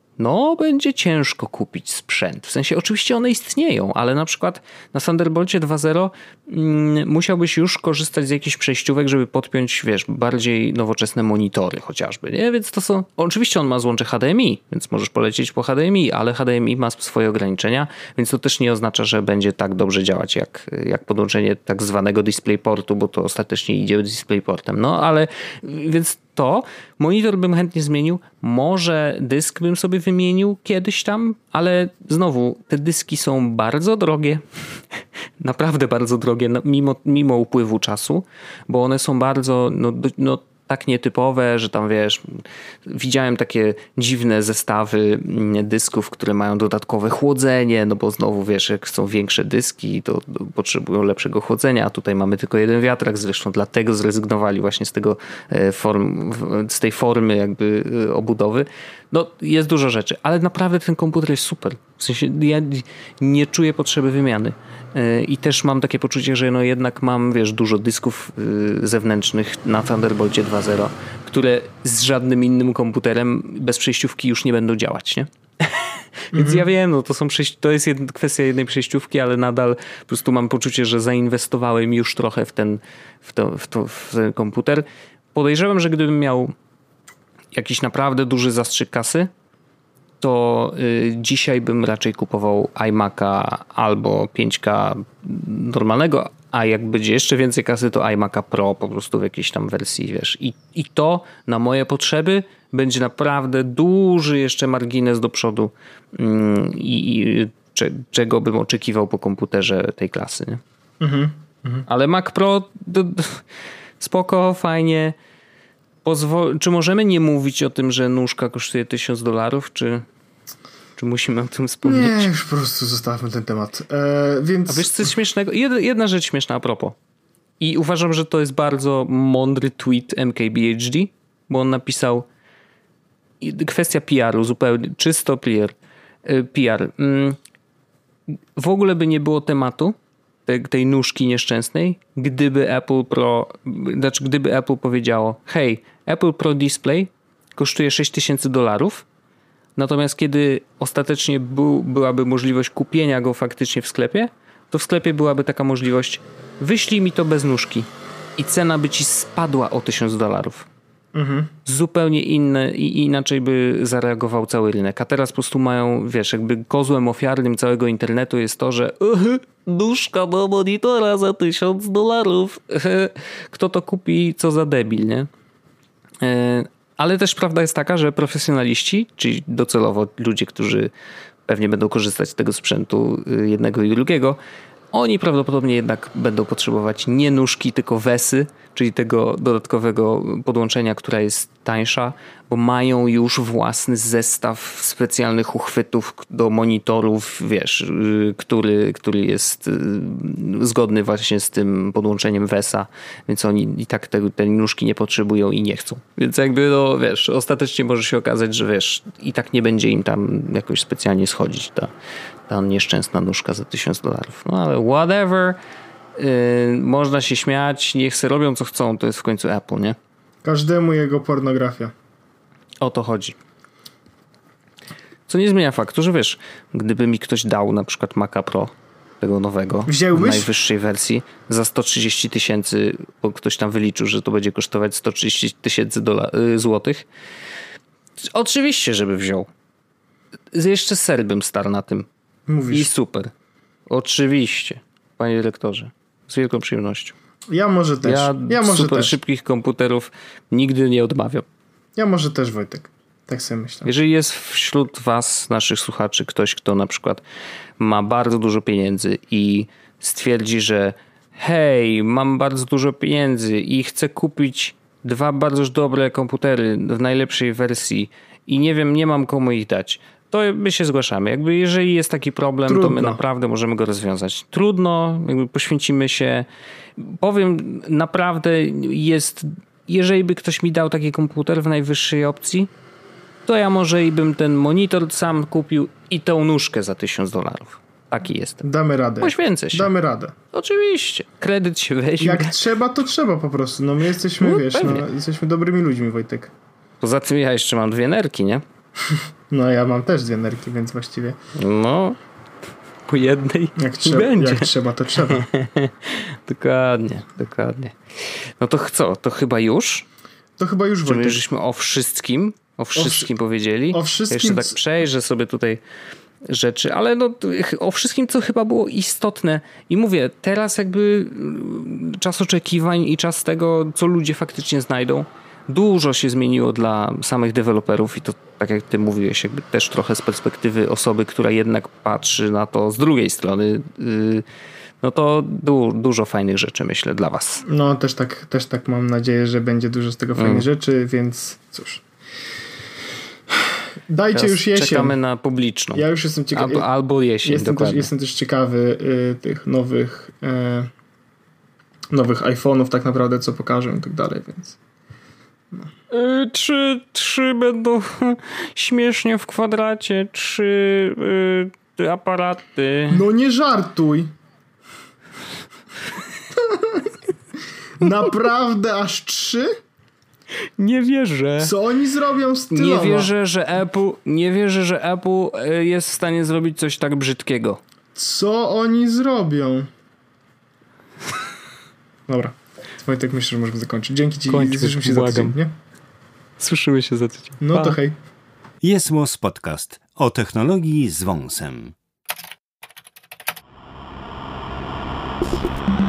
no będzie ciężko kupić sprzęt. W sensie oczywiście one istnieją, ale na przykład na Thunderbolcie dwa zero mm, musiałbyś już korzystać z jakichś przejściówek, żeby podpiąć, wiesz, bardziej nowoczesne monitory chociażby, nie? Więc to są... Oczywiście on ma złącze H D M I, więc możesz polecieć po H D M I, ale H D M I ma swoje ograniczenia, więc to też nie oznacza, że będzie tak dobrze działać jak, jak podłączenie tak zwanego DisplayPortu, bo to ostatecznie idzie DisplayPortem. No ale więc to monitor bym chętnie zmienił, może dysk bym sobie wymienił kiedyś tam, ale znowu te dyski są bardzo drogie, naprawdę bardzo drogie mimo, mimo upływu czasu, bo one są bardzo no, no, tak nietypowe, że tam wiesz, widziałem takie dziwne zestawy dysków, które mają dodatkowe chłodzenie, no bo znowu wiesz, jak są większe dyski, to, to potrzebują lepszego chłodzenia, a tutaj mamy tylko jeden wiatrak, zresztą dlatego zrezygnowali właśnie z tego form, z tej formy jakby obudowy. No jest dużo rzeczy, ale naprawdę ten komputer jest super. W sensie ja nie czuję potrzeby wymiany. I też mam takie poczucie, że no jednak mam, wiesz, dużo dysków zewnętrznych na Thunderbolcie dwa zero, które z żadnym innym komputerem bez przejściówki już nie będą działać, nie? Więc mm-hmm. ja wiem, no to są przejś- to jest jedna, kwestia jednej przejściówki, ale nadal po prostu mam poczucie, że zainwestowałem już trochę w ten, w to, w to, w ten komputer. Podejrzewam, że gdybym miał jakiś naprawdę duży zastrzyk kasy, to y, dzisiaj bym raczej kupował iMac'a albo pięć K normalnego, a jak będzie jeszcze więcej kasy, to iMac'a Pro po prostu w jakiejś tam wersji, wiesz. I, i to na moje potrzeby będzie naprawdę duży jeszcze margines do przodu mm, i, i cze, czego bym oczekiwał po komputerze tej klasy, nie? Mhm, mhm. Ale Mac Pro d, d, spoko, fajnie. Pozwol- czy możemy nie mówić o tym, że nóżka kosztuje tysiąc dolarów, czy, czy musimy o tym wspomnieć? Nie, już po prostu zostawmy ten temat. E, więc... A wiesz co jest śmiesznego? Jed- jedna rzecz śmieszna a propos. I uważam, że to jest bardzo mądry tweet M K B H D, bo on napisał kwestia P R u, zupełnie czysto P R. P R. W ogóle by nie było tematu tej, tej nóżki nieszczęsnej, gdyby Apple Pro, znaczy gdyby Apple powiedziało, hej, Apple Pro Display kosztuje sześć tysięcy dolarów, natomiast kiedy ostatecznie był, byłaby możliwość kupienia go faktycznie w sklepie, to w sklepie byłaby taka możliwość, wyślij mi to bez nóżki i cena by ci spadła o tysiąc dolarów. Mhm. Zupełnie inne i inaczej by zareagował cały rynek. A teraz po prostu mają, wiesz, jakby kozłem ofiarnym całego internetu jest to, że uh, nóżka do monitora za tysiąc dolarów. Kto to kupi, co za debil, nie? Ale też prawda jest taka, że profesjonaliści, czyli docelowo ludzie, którzy pewnie będą korzystać z tego sprzętu jednego i drugiego, oni prawdopodobnie jednak będą potrzebować nie nóżki, tylko wesy, czyli tego dodatkowego podłączenia, która jest tańsza, bo mają już własny zestaw specjalnych uchwytów do monitorów, wiesz, który, który jest zgodny właśnie z tym podłączeniem wesa, więc oni i tak te, te nóżki nie potrzebują i nie chcą. Więc jakby, no wiesz, ostatecznie może się okazać, że wiesz, i tak nie będzie im tam jakoś specjalnie schodzić ta, ta nieszczęsna nóżka za tysiąc dolarów. No ale whatever. Yy, można się śmiać, niech se robią co chcą, to jest w końcu Apple, nie? Każdemu jego pornografia. O to chodzi. Co nie zmienia faktu, że wiesz, gdyby mi ktoś dał na przykład Maca Pro tego nowego. Wziąłbyś? W najwyższej wersji za sto trzydzieści tysięcy, bo ktoś tam wyliczył, że to będzie kosztować sto trzydzieści tysięcy złotych. Oczywiście, żeby wziął. Jeszcze ser bym starł na tym. Mówisz. I super. Oczywiście, panie dyrektorze. Z wielką przyjemnością. Ja może też. Ja, ja może super też. szybkich komputerów nigdy nie odmawiam. Ja może też, Wojtek. Tak sobie myślę. Jeżeli jest wśród was, naszych słuchaczy, ktoś, kto na przykład ma bardzo dużo pieniędzy i stwierdzi, że hej, mam bardzo dużo pieniędzy i chcę kupić dwa bardzo dobre komputery w najlepszej wersji i nie wiem, nie mam komu ich dać, to my się zgłaszamy. Jakby jeżeli jest taki problem, Trudno. to my naprawdę możemy go rozwiązać. Trudno, jakby poświęcimy się. Powiem, naprawdę jest, jeżeli by ktoś mi dał taki komputer w najwyższej opcji, to ja może i bym ten monitor sam kupił i tą nóżkę za tysiąc dolarów. Taki jestem. Damy radę. Poświęcę się. Damy radę. Oczywiście. Kredyt się weźmie. Jak trzeba, to trzeba po prostu. No my jesteśmy, no, wiesz, no, jesteśmy dobrymi ludźmi, Wojtek. Poza tym ja jeszcze mam dwie nerki, nie? No ja mam też dwie nerki, więc właściwie. No, po jednej jak trzeba, będzie. Jak trzeba, to trzeba. Dokładnie, dokładnie. No to co? To chyba już? To chyba już, Wojtek. Że żeśmy o wszystkim, o wszystkim o, powiedzieli. O wszystkim. Ja jeszcze tak przejrzę sobie tutaj rzeczy, ale no o wszystkim, co chyba było istotne. I mówię, teraz jakby czas oczekiwań i czas tego, co ludzie faktycznie znajdą. Dużo się zmieniło dla samych deweloperów i to, tak jak ty mówiłeś, jakby też trochę z perspektywy osoby, która jednak patrzy na to z drugiej strony. No to du- dużo fajnych rzeczy, myślę, dla was. No też tak, też tak mam nadzieję, że będzie dużo z tego fajnych mm. rzeczy, więc cóż. Dajcie Teraz już jesień. Czekamy na publiczną. Ja już jestem ciekawy. Albo, albo jesień, jestem dokładnie. Też, jestem też ciekawy y, tych nowych y, nowych iPhone'ów tak naprawdę, co pokażą i tak dalej, więc... No. Y, trzy, trzy będą śmiesznie w kwadracie, trzy y, aparaty. No nie żartuj. Naprawdę aż trzy? Nie wierzę. Co oni zrobią z tyloma? Nie wierzę, że Apple, nie wierzę, że Apple jest w stanie zrobić coś tak brzydkiego. Co oni zrobią? Dobra. Wojtek, myślę, że możemy zakończyć. Dzięki ci. Kończmy, słyszymy się błagam. za tydzień, nie? Słyszymy się za tydzień. No pa. To hej. Jest Podcast o technologii z wąsem.